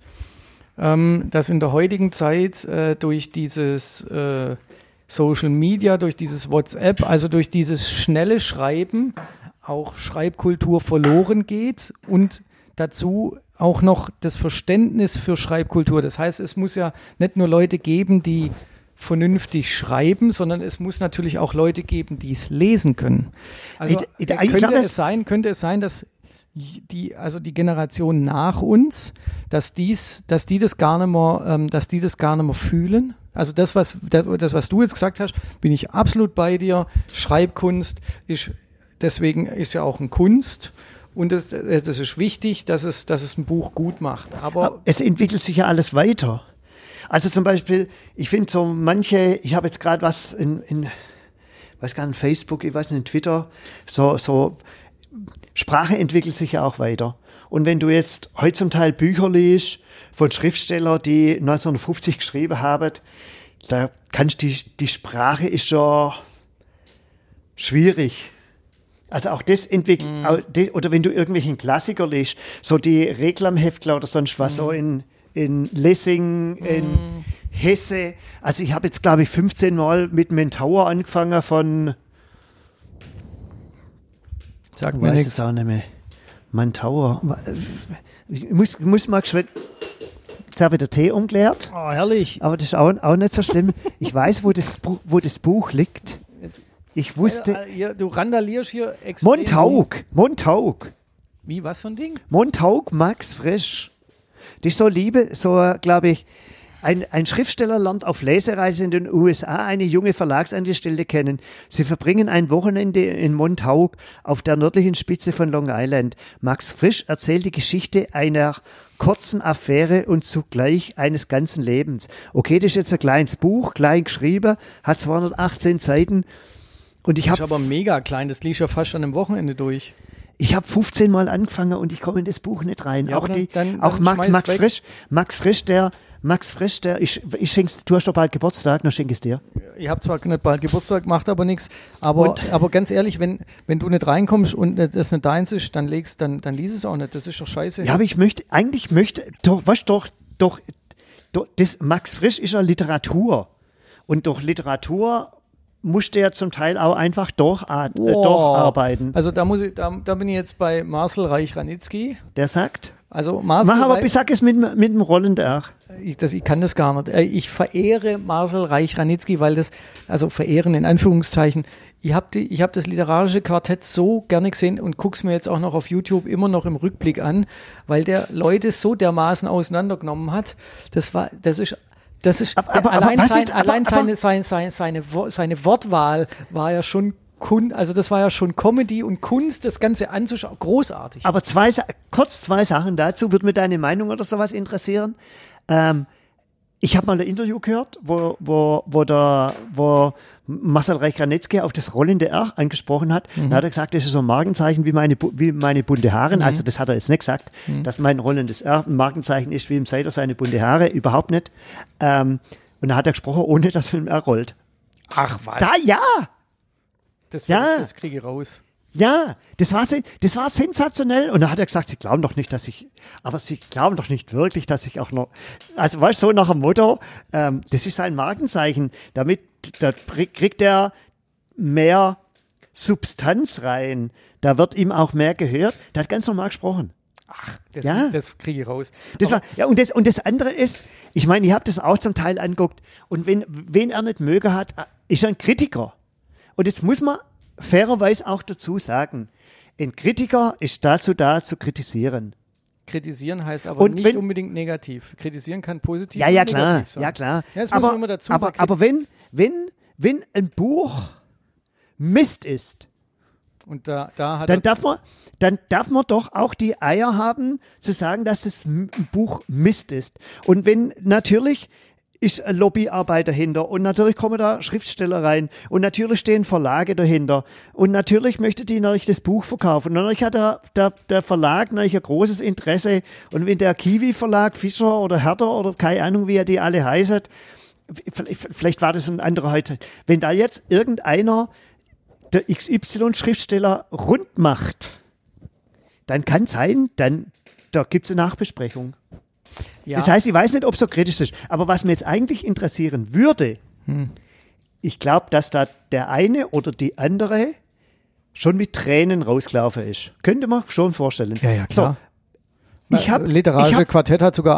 durch dieses Social Media, durch dieses WhatsApp, also durch dieses schnelle Schreiben auch Schreibkultur verloren geht und dazu auch noch das Verständnis für Schreibkultur. Das heißt, es muss ja nicht nur Leute geben, die vernünftig schreiben, sondern es muss natürlich auch Leute geben, die es lesen können. Also könnte es sein, dass die Generation nach uns, dass die das gar nicht mehr fühlen. Also das, was du jetzt gesagt hast, bin ich absolut bei dir. Schreibkunst deswegen ist ja auch eine Kunst. Und das ist wichtig, dass es ein Buch gut macht. Aber es entwickelt sich ja alles weiter. Also zum Beispiel, ich finde so manche, ich habe jetzt gerade was in weiß gar nicht, Facebook, ich weiß nicht, Twitter, so Sprache entwickelt sich ja auch weiter. Und wenn du jetzt heute zum Teil Bücher liest von Schriftstellern, die 1950 geschrieben haben, da kannst die Sprache ist schon schwierig. Also auch das entwickelt, oder wenn du irgendwelchen Klassiker liest, so die Reklamheftler oder sonst was, so in Lessing, in Hesse. Also ich habe jetzt, glaube ich, 15 Mal mit Mentauer angefangen von Sag mir nichts. Es auch nicht mehr. Mentauer. Ich muss mal geschwind. Jetzt habe ich den Tee umgeleert. Oh, herrlich. Aber das ist auch nicht so schlimm. Ich weiß, wo das Buch liegt. Ich wusste. Du randalierst hier extrem. Montauk. Wie, was für ein Ding? Montauk Max Frisch. Das ist so Liebe, so, glaube ich, Ein Schriftsteller lernt auf Lesereise in den USA eine junge Verlagsangestellte kennen. Sie verbringen ein Wochenende in Montauk auf der nördlichen Spitze von Long Island. Max Frisch erzählt die Geschichte einer kurzen Affäre und zugleich eines ganzen Lebens. Okay, das ist jetzt ein kleines Buch, klein geschrieben, hat 218 Seiten. Und ich habe aber mega klein, das liest ja fast an einem Wochenende durch. Ich habe 15 Mal angefangen und ich komme in das Buch nicht rein. Ja, auch Max Frisch, ich schenk's, du hast doch bald Geburtstag, dann schenke ich es dir. Ich habe zwar nicht bald Geburtstag, macht aber nichts, aber ganz ehrlich, wenn du nicht reinkommst und das nicht deins ist, dann lies es auch nicht, das ist doch scheiße. Ja, aber das Max Frisch ist ja Literatur und durch Literatur musste er zum Teil auch einfach durcharbeiten. Also da bin ich jetzt bei Marcel Reich-Ranitzky. Der sagt? Also sag es mit dem rollenden R. Ich kann das gar nicht. Ich verehre Marcel Reich-Ranitzky, weil verehren in Anführungszeichen. Ich hab das literarische Quartett so gerne gesehen und guck's mir jetzt auch noch auf YouTube immer noch im Rückblick an, weil der Leute so dermaßen auseinandergenommen hat. Seine Wortwahl war ja schon das war ja schon Comedy und Kunst, das Ganze anzuschauen, großartig. Aber zwei Sachen dazu, würde mir deine Meinung oder sowas interessieren. Ich habe mal ein Interview gehört, wo Marcel Reich-Ranitzky auf das rollende R angesprochen hat. Dann hat er gesagt, das ist so ein Markenzeichen wie meine bunte Haare. Also das hat er jetzt nicht gesagt, dass mein rollendes R ein Markenzeichen ist wie im Seider seine bunte Haare. Überhaupt nicht. Und da hat er gesprochen, ohne dass er mit dem R rollt. Ach was? Ja! Das kriege ich raus. Ja, das war sensationell. Und da hat er gesagt, Sie glauben doch nicht wirklich, dass ich auch noch, also weißt du, so nach dem Motto, das ist sein Markenzeichen, da kriegt er mehr Substanz rein, da wird ihm auch mehr gehört. Der hat ganz normal gesprochen. Ach, das kriege ich raus. Und das andere ist, ich meine, ich habe das auch zum Teil angeguckt und wen er nicht möge hat, ist er ein Kritiker. Und das muss man fairerweise auch dazu sagen. Ein Kritiker ist dazu da, zu kritisieren. Kritisieren heißt aber nicht unbedingt negativ. Kritisieren kann positiv und negativ sein. Ja, klar. Ja, das muss man immer dazu sagen. Aber wenn ein Buch Mist ist, und dann darf man doch auch die Eier haben, zu sagen, dass das Buch Mist ist. Und wenn natürlich ist eine Lobbyarbeit dahinter und natürlich kommen da Schriftsteller rein und natürlich stehen Verlage dahinter und natürlich möchte die natürlich das Buch verkaufen und natürlich hat der Verlag natürlich ein großes Interesse und wenn der Kiwi-Verlag, Fischer oder Herder oder keine Ahnung, wie er die alle heißen, vielleicht war das ein anderer heute, wenn da jetzt irgendeiner der XY-Schriftsteller rund macht, dann kann sein, da gibt es eine Nachbesprechung. Ja. Das heißt, ich weiß nicht, ob es so kritisch ist. Aber was mir jetzt eigentlich interessieren würde, ich glaube, dass da der eine oder die andere schon mit Tränen rausgelaufen ist. Könnte man schon vorstellen. Ja, klar. So, literarische Quartett hat sogar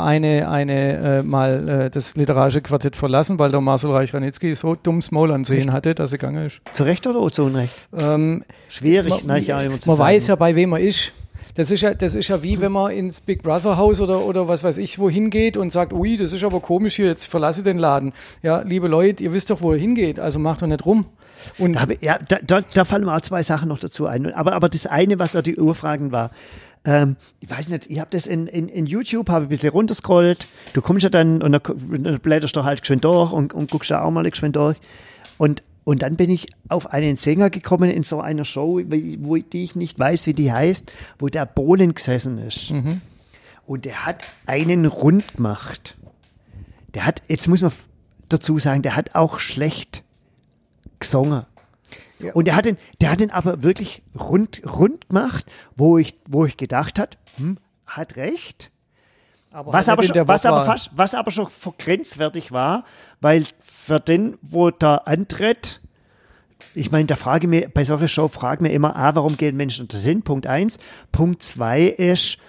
mal das literarische Quartett verlassen, weil der Marcel Reich-Ranitzky so dummes Maul ansehen hatte, dass er gegangen ist. Zu Recht oder zu Unrecht? Schwierig, immer zu sagen. Man weiß ja, bei wem er ist. Das ist ja wie wenn man ins Big Brother Haus oder was weiß ich wohin geht und sagt, ui, das ist aber komisch hier, jetzt verlasse ich den Laden. Ja, liebe Leute, ihr wisst doch, wo er hingeht, also macht doch nicht rum. Und da fallen mir auch zwei Sachen noch dazu ein. Aber das eine, was ja die Urfragen war, ich weiß nicht, ich habe das in YouTube, habe ein bisschen runterscrollt, du kommst ja dann und dann blätterst du halt geschwind durch und guckst da auch mal geschwind durch und dann bin ich auf einen Sänger gekommen in so einer Show, die ich nicht weiß, wie die heißt, wo der Bohlen gesessen ist. Mhm. Und der hat einen rund gemacht. Jetzt muss man dazu sagen, der hat auch schlecht gesungen. Ja. Und der hat den aber wirklich rund gemacht, wo ich gedacht habe, hat recht. Was aber schon grenzwertig war, weil für den, wo der antritt, ich meine, bei solcher Show frage ich mir immer, warum gehen Menschen dorthin? Punkt 1. Punkt 2 ist,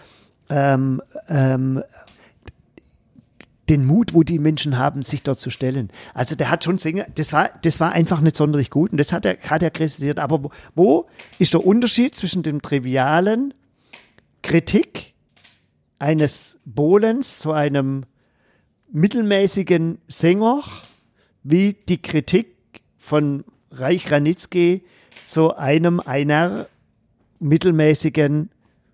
den Mut, wo die Menschen haben, sich dort zu stellen. Also der hat schon Sänger, das war einfach nicht sonderlich gut und das hat er kritisiert. Aber wo ist der Unterschied zwischen dem trivialen Kritik eines Bohlens zu einem mittelmäßigen Sänger wie die Kritik von Reich Ranitzky zu einer mittelmäßigen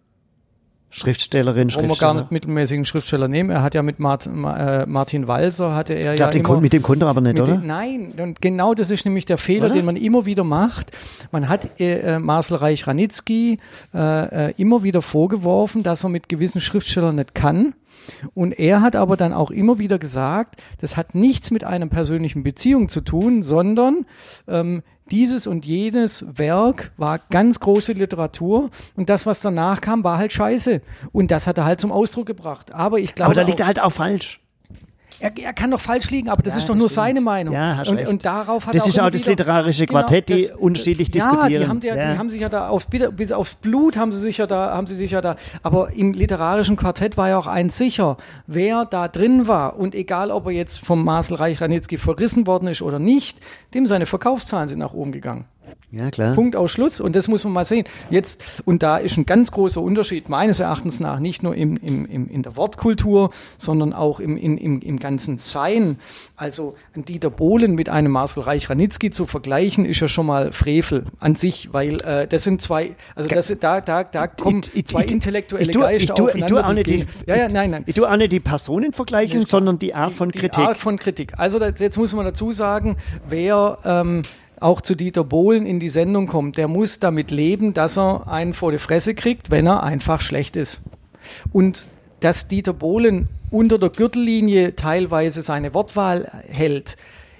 Schriftstellerin, Warum wir gar nicht mittelmäßigen Schriftsteller nehmen. Er hat ja mit Martin Walser hatte er ja immer... Mit dem konnte er aber nicht, oder? Nein, und genau das ist nämlich der Fehler, den man immer wieder macht. Man hat Marcel Reich-Ranitzky immer wieder vorgeworfen, dass er mit gewissen Schriftstellern nicht kann. Und er hat aber dann auch immer wieder gesagt, das hat nichts mit einer persönlichen Beziehung zu tun, sondern dieses und jenes Werk war ganz große Literatur und das, was danach kam, war halt scheiße. Und das hat er halt zum Ausdruck gebracht. Aber ich glaube, aber da liegt er halt auch falsch. Er kann doch falsch liegen, aber das ist doch nur seine Meinung. Ja, hast recht. Und darauf hat das er ist auch das literarische Quartett, die unterschiedlich diskutieren. Die haben sich ja da bis aufs Blut haben sie sich ja da, aber im literarischen Quartett war ja auch eins sicher, wer da drin war und egal, ob er jetzt vom Marcel Reich-Ranitzky verrissen worden ist oder nicht, dem seine Verkaufszahlen sind nach oben gegangen. Ja, klar. Punkt, aus Schluss. Und das muss man mal sehen. Jetzt, und da ist ein ganz großer Unterschied meines Erachtens nach, nicht nur in der Wortkultur, sondern auch im ganzen Sein. Also ein Dieter Bohlen mit einem Marcel Reich-Ranitzky zu vergleichen, ist ja schon mal Frevel an sich, weil das sind zwei, also da kommen zwei intellektuelle Geister aufeinander. Ich tue auch nicht die Personen vergleichen, sondern die Art von Kritik. Die Art von Kritik. Also jetzt muss man dazu sagen, wer auch zu Dieter Bohlen in die Sendung kommt, der muss damit leben, dass er einen vor die Fresse kriegt, wenn er einfach schlecht ist. Und dass Dieter Bohlen unter der Gürtellinie teilweise seine Wortwahl hält,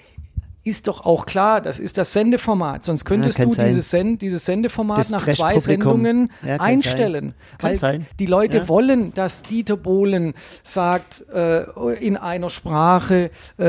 ist doch auch klar, das ist das Sendeformat. Sonst könntest du dieses Sendeformat das nach 2 Sendungen einstellen. Weil die Leute wollen, dass Dieter Bohlen sagt, in einer Sprache,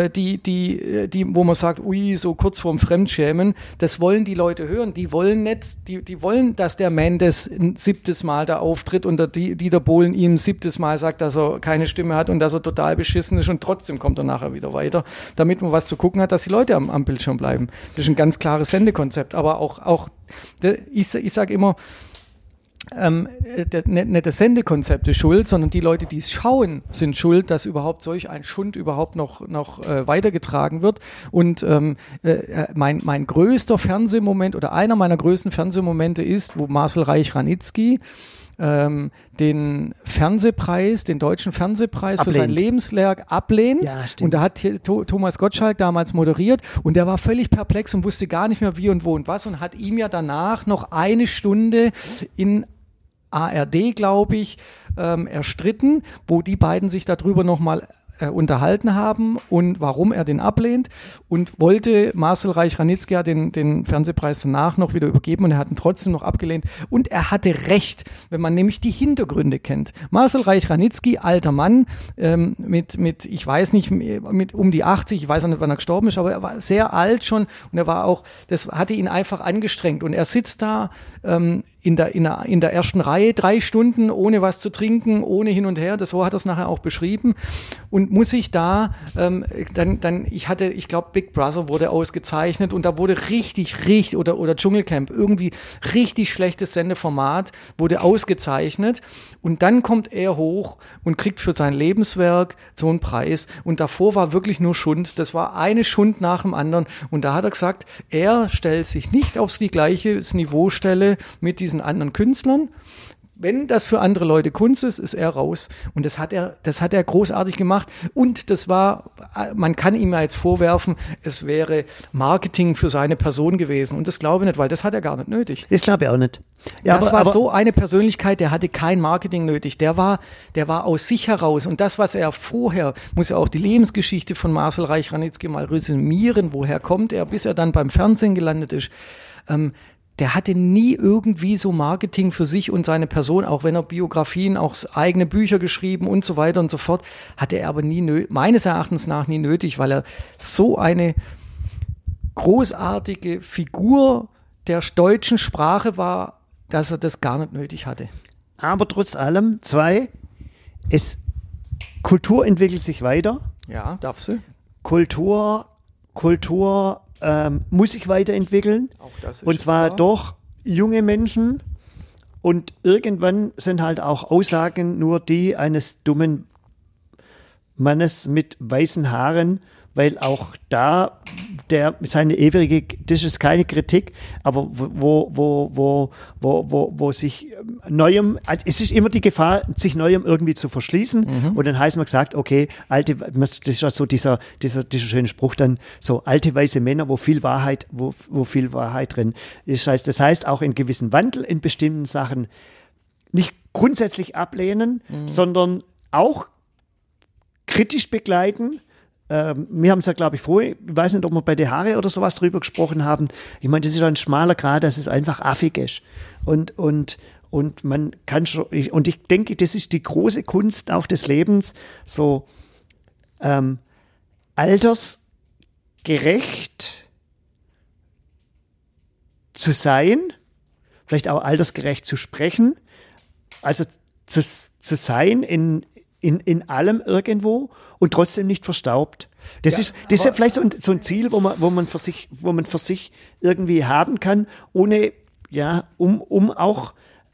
wo man sagt, ui, so kurz vorm Fremdschämen, das wollen die Leute hören. Die wollen nicht, die wollen, dass der Mendes ein 7. Mal da auftritt und der Dieter Bohlen ihm ein 7. Mal sagt, dass er keine Stimme hat und dass er total beschissen ist und trotzdem kommt er nachher wieder weiter, damit man was zu gucken hat, dass die Leute am Bildschirm bleiben. Das ist ein ganz klares Sendekonzept, aber auch ich sage immer, nicht das Sendekonzept ist schuld, sondern die Leute, die es schauen, sind schuld, dass überhaupt solch ein Schund überhaupt noch weitergetragen wird. Und mein größter Fernsehmoment oder einer meiner größten Fernsehmomente ist, wo Marcel Reich-Ranitzky den Fernsehpreis, den deutschen Fernsehpreis für sein Lebenswerk ablehnt. Ja, und da hat Thomas Gottschalk damals moderiert und der war völlig perplex und wusste gar nicht mehr wie und wo und was und hat ihm ja danach noch eine Stunde in ARD, glaube ich, erstritten, wo die beiden sich darüber nochmal unterhalten haben und warum er den ablehnt und wollte Marcel Reich-Ranitzky ja den Fernsehpreis danach noch wieder übergeben und er hat ihn trotzdem noch abgelehnt und er hatte recht, wenn man nämlich die Hintergründe kennt. Marcel Reich-Ranitzky, alter Mann, mit ich weiß nicht, mit um die 80, ich weiß auch nicht, wann er gestorben ist, aber er war sehr alt schon und er war auch, das hatte ihn einfach angestrengt und er sitzt da in der ersten Reihe 3 Stunden ohne was zu trinken, ohne hin und her, so hat er es nachher auch beschrieben und muss sich da ich glaube Big Brother wurde ausgezeichnet und da wurde richtig oder Dschungelcamp, irgendwie richtig schlechtes Sendeformat wurde ausgezeichnet und dann kommt er hoch und kriegt für sein Lebenswerk so einen Preis und davor war wirklich nur Schund, das war eine Schund nach dem anderen und da hat er gesagt, er stellt sich nicht aufs gleiche Niveau stelle mit diesen anderen Künstlern. Wenn das für andere Leute Kunst ist, ist er raus. Und das hat er großartig gemacht. Und man kann ihm ja jetzt vorwerfen, es wäre Marketing für seine Person gewesen. Und das glaube ich nicht, weil das hat er gar nicht nötig. Das glaube ich auch nicht. Ja, das war so eine Persönlichkeit, der hatte kein Marketing nötig. Der war aus sich heraus. Und das, was er vorher, muss ja auch die Lebensgeschichte von Marcel Reich-Ranitzky mal resümieren, woher kommt er, bis er dann beim Fernsehen gelandet ist. Der hatte nie irgendwie so Marketing für sich und seine Person, auch wenn er Biografien, auch eigene Bücher geschrieben und so weiter und so fort, hatte er aber meines Erachtens nach nie nötig, weil er so eine großartige Figur der deutschen Sprache war, dass er das gar nicht nötig hatte. Aber trotz allem, Kultur entwickelt sich weiter. Ja, darf sie. Kultur muss sich weiterentwickeln. Auch das ist und zwar klar. Durch junge Menschen. Und irgendwann sind halt auch Aussagen nur die eines dummen Mannes mit weißen Haaren, weil auch da seine ewige, das ist keine Kritik, aber wo sich Neuem, es ist immer die Gefahr, sich Neuem irgendwie zu verschließen und dann heißt man gesagt, okay, das ist ja so dieser schöne Spruch dann, so alte weiße Männer, wo viel Wahrheit drin ist. Das heißt auch in gewissen Wandel in bestimmten Sachen nicht grundsätzlich ablehnen, sondern auch kritisch begleiten. Wir haben es ja, glaube ich, vorher, ich weiß nicht, ob wir bei der Haare oder sowas drüber gesprochen haben. Ich meine, das ist ein schmaler Grad, dass es einfach affig ist. Und man kann schon, und ich denke, das ist die große Kunst auch des Lebens, so altersgerecht zu sein, vielleicht auch altersgerecht zu sprechen, also zu sein in allem irgendwo und trotzdem nicht verstaubt. Das ist ja vielleicht so ein Ziel, wo man für sich irgendwie haben kann, ohne, um auch,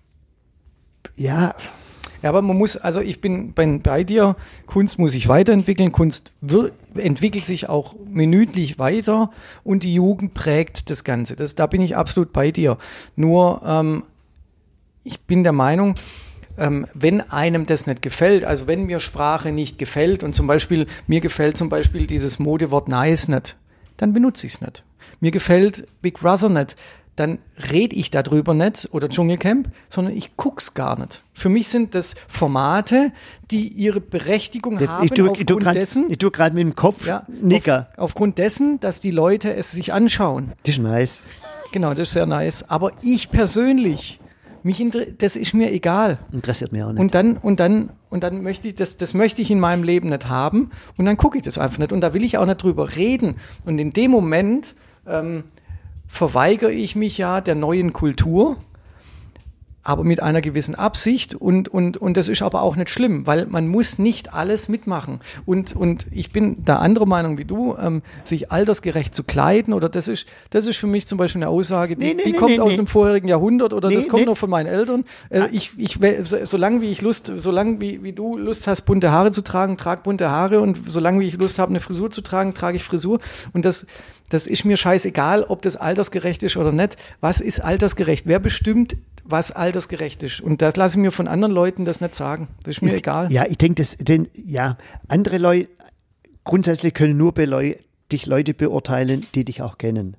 Ja, aber man muss, also ich bin bei dir, Kunst muss sich weiterentwickeln, Kunst entwickelt sich auch minütlich weiter und die Jugend prägt das Ganze. Da bin ich absolut bei dir. Nur, ich bin der Meinung, wenn einem das nicht gefällt, also wenn mir Sprache nicht gefällt und mir gefällt zum Beispiel dieses Modewort nice nicht, dann benutze ich es nicht. Mir gefällt Big Brother nicht, dann rede ich darüber nicht oder Dschungelcamp, sondern ich gucke es gar nicht. Für mich sind das Formate, die ihre Berechtigung haben aufgrund dessen. Ich tue gerade mit dem Kopf Nicker. Aufgrund dessen, dass die Leute es sich anschauen. Das ist nice. Genau, das ist sehr nice. Aber ich persönlich, das ist mir egal. Interessiert mich auch nicht. Und dann möchte ich, das möchte ich in meinem Leben nicht haben und dann gucke ich das einfach nicht und da will ich auch nicht drüber reden. Und in dem Moment verweigere ich mich ja der neuen Kultur, aber mit einer gewissen Absicht und das ist aber auch nicht schlimm, weil man muss nicht alles mitmachen. Und ich bin da anderer Meinung wie du, sich altersgerecht zu kleiden oder das ist für mich zum Beispiel eine Aussage, die kommt aus dem vorherigen Jahrhundert oder das kommt noch von meinen Eltern. Solange wie du Lust hast, bunte Haare zu tragen, trag bunte Haare und solange wie ich Lust habe, eine Frisur zu tragen, trage ich Frisur und das ist mir scheißegal, ob das altersgerecht ist oder nicht. Was ist altersgerecht? Wer bestimmt, was altersgerecht ist? Und das lasse ich mir von anderen Leuten das nicht sagen. Das ist mir egal. Ja, ich denke, andere Leute, grundsätzlich können nur dich Leute beurteilen, die dich auch kennen.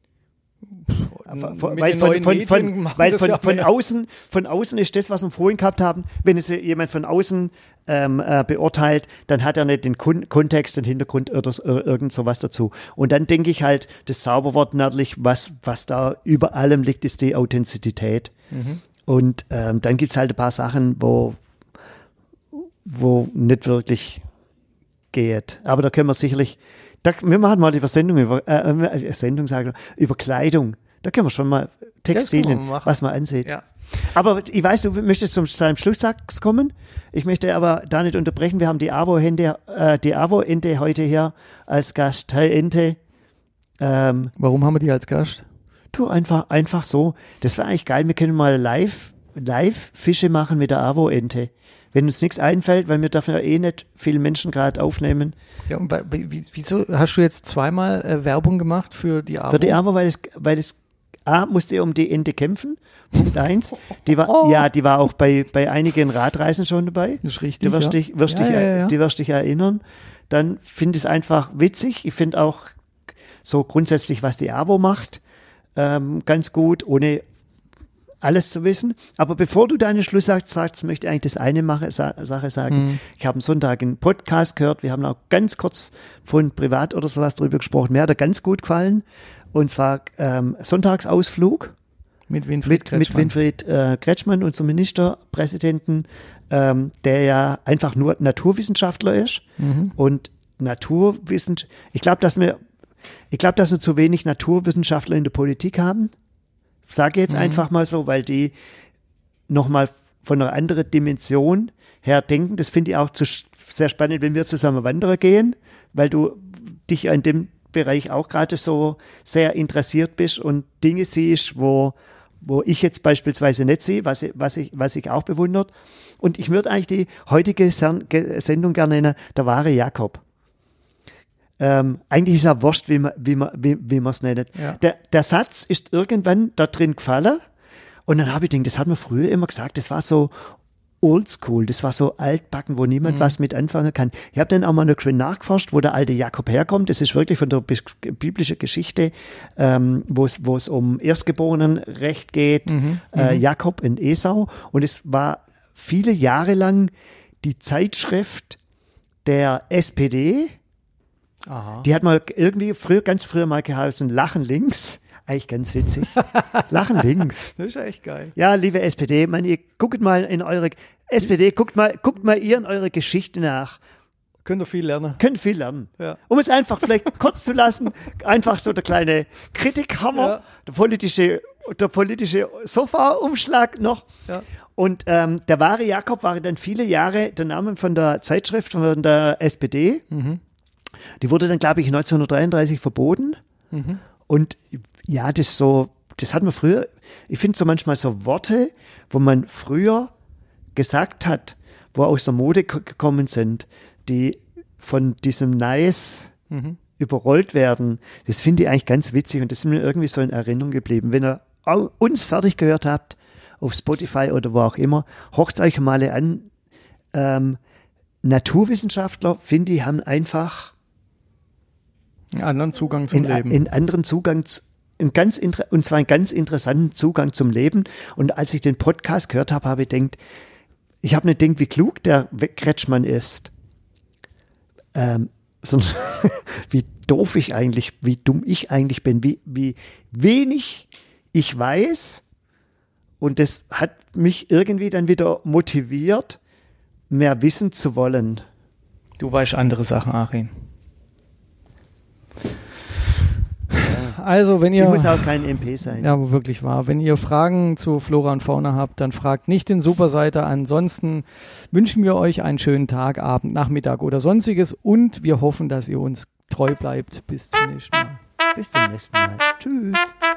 Von außen ist das, was wir vorhin gehabt haben, wenn es jemand von außen beurteilt, dann hat er nicht den Kontext, den Hintergrund oder irgend sowas dazu. Und dann denke ich halt, das Zauberwort nördlich, was da über allem liegt, ist die Authentizität. Und dann gibt es halt ein paar Sachen, wo nicht wirklich geht. Aber da können wir sicherlich, wir machen mal die Sendung über Kleidung. Da können wir schon mal Textilien, was man ansieht. Ja. Aber ich weiß, du möchtest zum Schlusssatz kommen. Ich möchte aber da nicht unterbrechen. Wir haben die AWO-Ente heute hier als Gast. Hi Ente. Warum haben wir die als Gast? Du, einfach so. Das wäre eigentlich geil. Wir können mal live Fische machen mit der AWO-Ente. Wenn uns nichts einfällt, weil wir dafür nicht viele Menschen gerade aufnehmen. Ja, und wieso hast du jetzt zweimal Werbung gemacht für die AWO? Für die AWO, weil es musste um die Ente kämpfen. Punkt 1. Die war auch bei einigen Radreisen schon dabei. Das ist richtig. Die wirst dich erinnern. Dann finde ich es einfach witzig. Ich finde auch so grundsätzlich, was die AWO macht, ganz gut, ohne alles zu wissen. Aber bevor du deinen Schluss sagst, möchte ich eigentlich das eine Sache sagen. Ich habe am Sonntag einen Podcast gehört. Wir haben auch ganz kurz von privat oder sowas drüber gesprochen. Mir hat er ganz gut gefallen. Und zwar Sonntagsausflug mit Winfried Kretschmann, unserem Ministerpräsidenten, der ja einfach nur Naturwissenschaftler ist. Und ich glaube, dass wir zu wenig Naturwissenschaftler in der Politik haben. Sage jetzt einfach mal so, weil die nochmal von einer anderen Dimension her denken. Das finde ich auch sehr spannend, wenn wir zusammen wandern gehen, weil du dich in dem Bereich auch gerade so sehr interessiert bist und Dinge siehst, wo wo ich jetzt beispielsweise nicht sehe, was ich auch bewundert. Und ich würde eigentlich die heutige Sendung gerne nennen, der wahre Jakob. Eigentlich ist ja wurscht, wie man es nennt. Ja. Der Satz ist irgendwann da drin gefallen und dann habe ich gedacht, das hat man früher immer gesagt, das war so oldschool, das war so altbacken, wo niemand was mit anfangen kann. Ich habe dann auch mal noch schön nachgeforscht, wo der alte Jakob herkommt. Das ist wirklich von der biblischen Geschichte, wo es um Erstgeborenenrecht geht, Jakob und Esau. Und es war viele Jahre lang die Zeitschrift der SPD. Aha. Die hat mal irgendwie ganz früher mal geheißen, Lachen links. Eigentlich ganz witzig. Lachen links. Das ist echt geil. Ja, liebe SPD, ihr guckt mal in eure SPD, guckt mal ihr in eure Geschichte nach. Könnt ihr viel lernen. Könnt viel lernen. Ja. Um es einfach vielleicht kurz zu lassen, einfach so der kleine Kritikhammer, der politische Sofa-Umschlag noch. Ja. Und der wahre Jakob war dann viele Jahre der Name von der Zeitschrift von der SPD. Mhm. Die wurde dann, glaube ich, 1933 verboten. Mhm. Und ja, das hat man früher, ich finde so manchmal so Worte, wo man früher gesagt hat, wo aus der Mode gekommen sind, die von diesem Nice überrollt werden. Das finde ich eigentlich ganz witzig und das ist mir irgendwie so in Erinnerung geblieben. Wenn ihr uns fertig gehört habt, auf Spotify oder wo auch immer, hockt euch mal an. Naturwissenschaftler, finde ich, haben einfach einen anderen Zugang zum Leben. Einen anderen Zugang, und zwar einen ganz interessanten Zugang zum Leben. Und als ich den Podcast gehört habe, habe ich gedacht, nicht gedacht, wie klug der Kretschmann ist, sondern wie doof ich eigentlich, wie dumm ich eigentlich bin, wie wenig ich weiß. Und das hat mich irgendwie dann wieder motiviert, mehr wissen zu wollen. Du weißt andere Sachen, Achim. Also, wenn ihr. Ich muss auch kein MP sein. Ja, aber wirklich wahr. Wenn ihr Fragen zu Flora und Fauna habt, dann fragt nicht den Superseiter. Ansonsten wünschen wir euch einen schönen Tag, Abend, Nachmittag oder sonstiges und wir hoffen, dass ihr uns treu bleibt. Bis zum nächsten Mal. Bis zum nächsten Mal. Tschüss.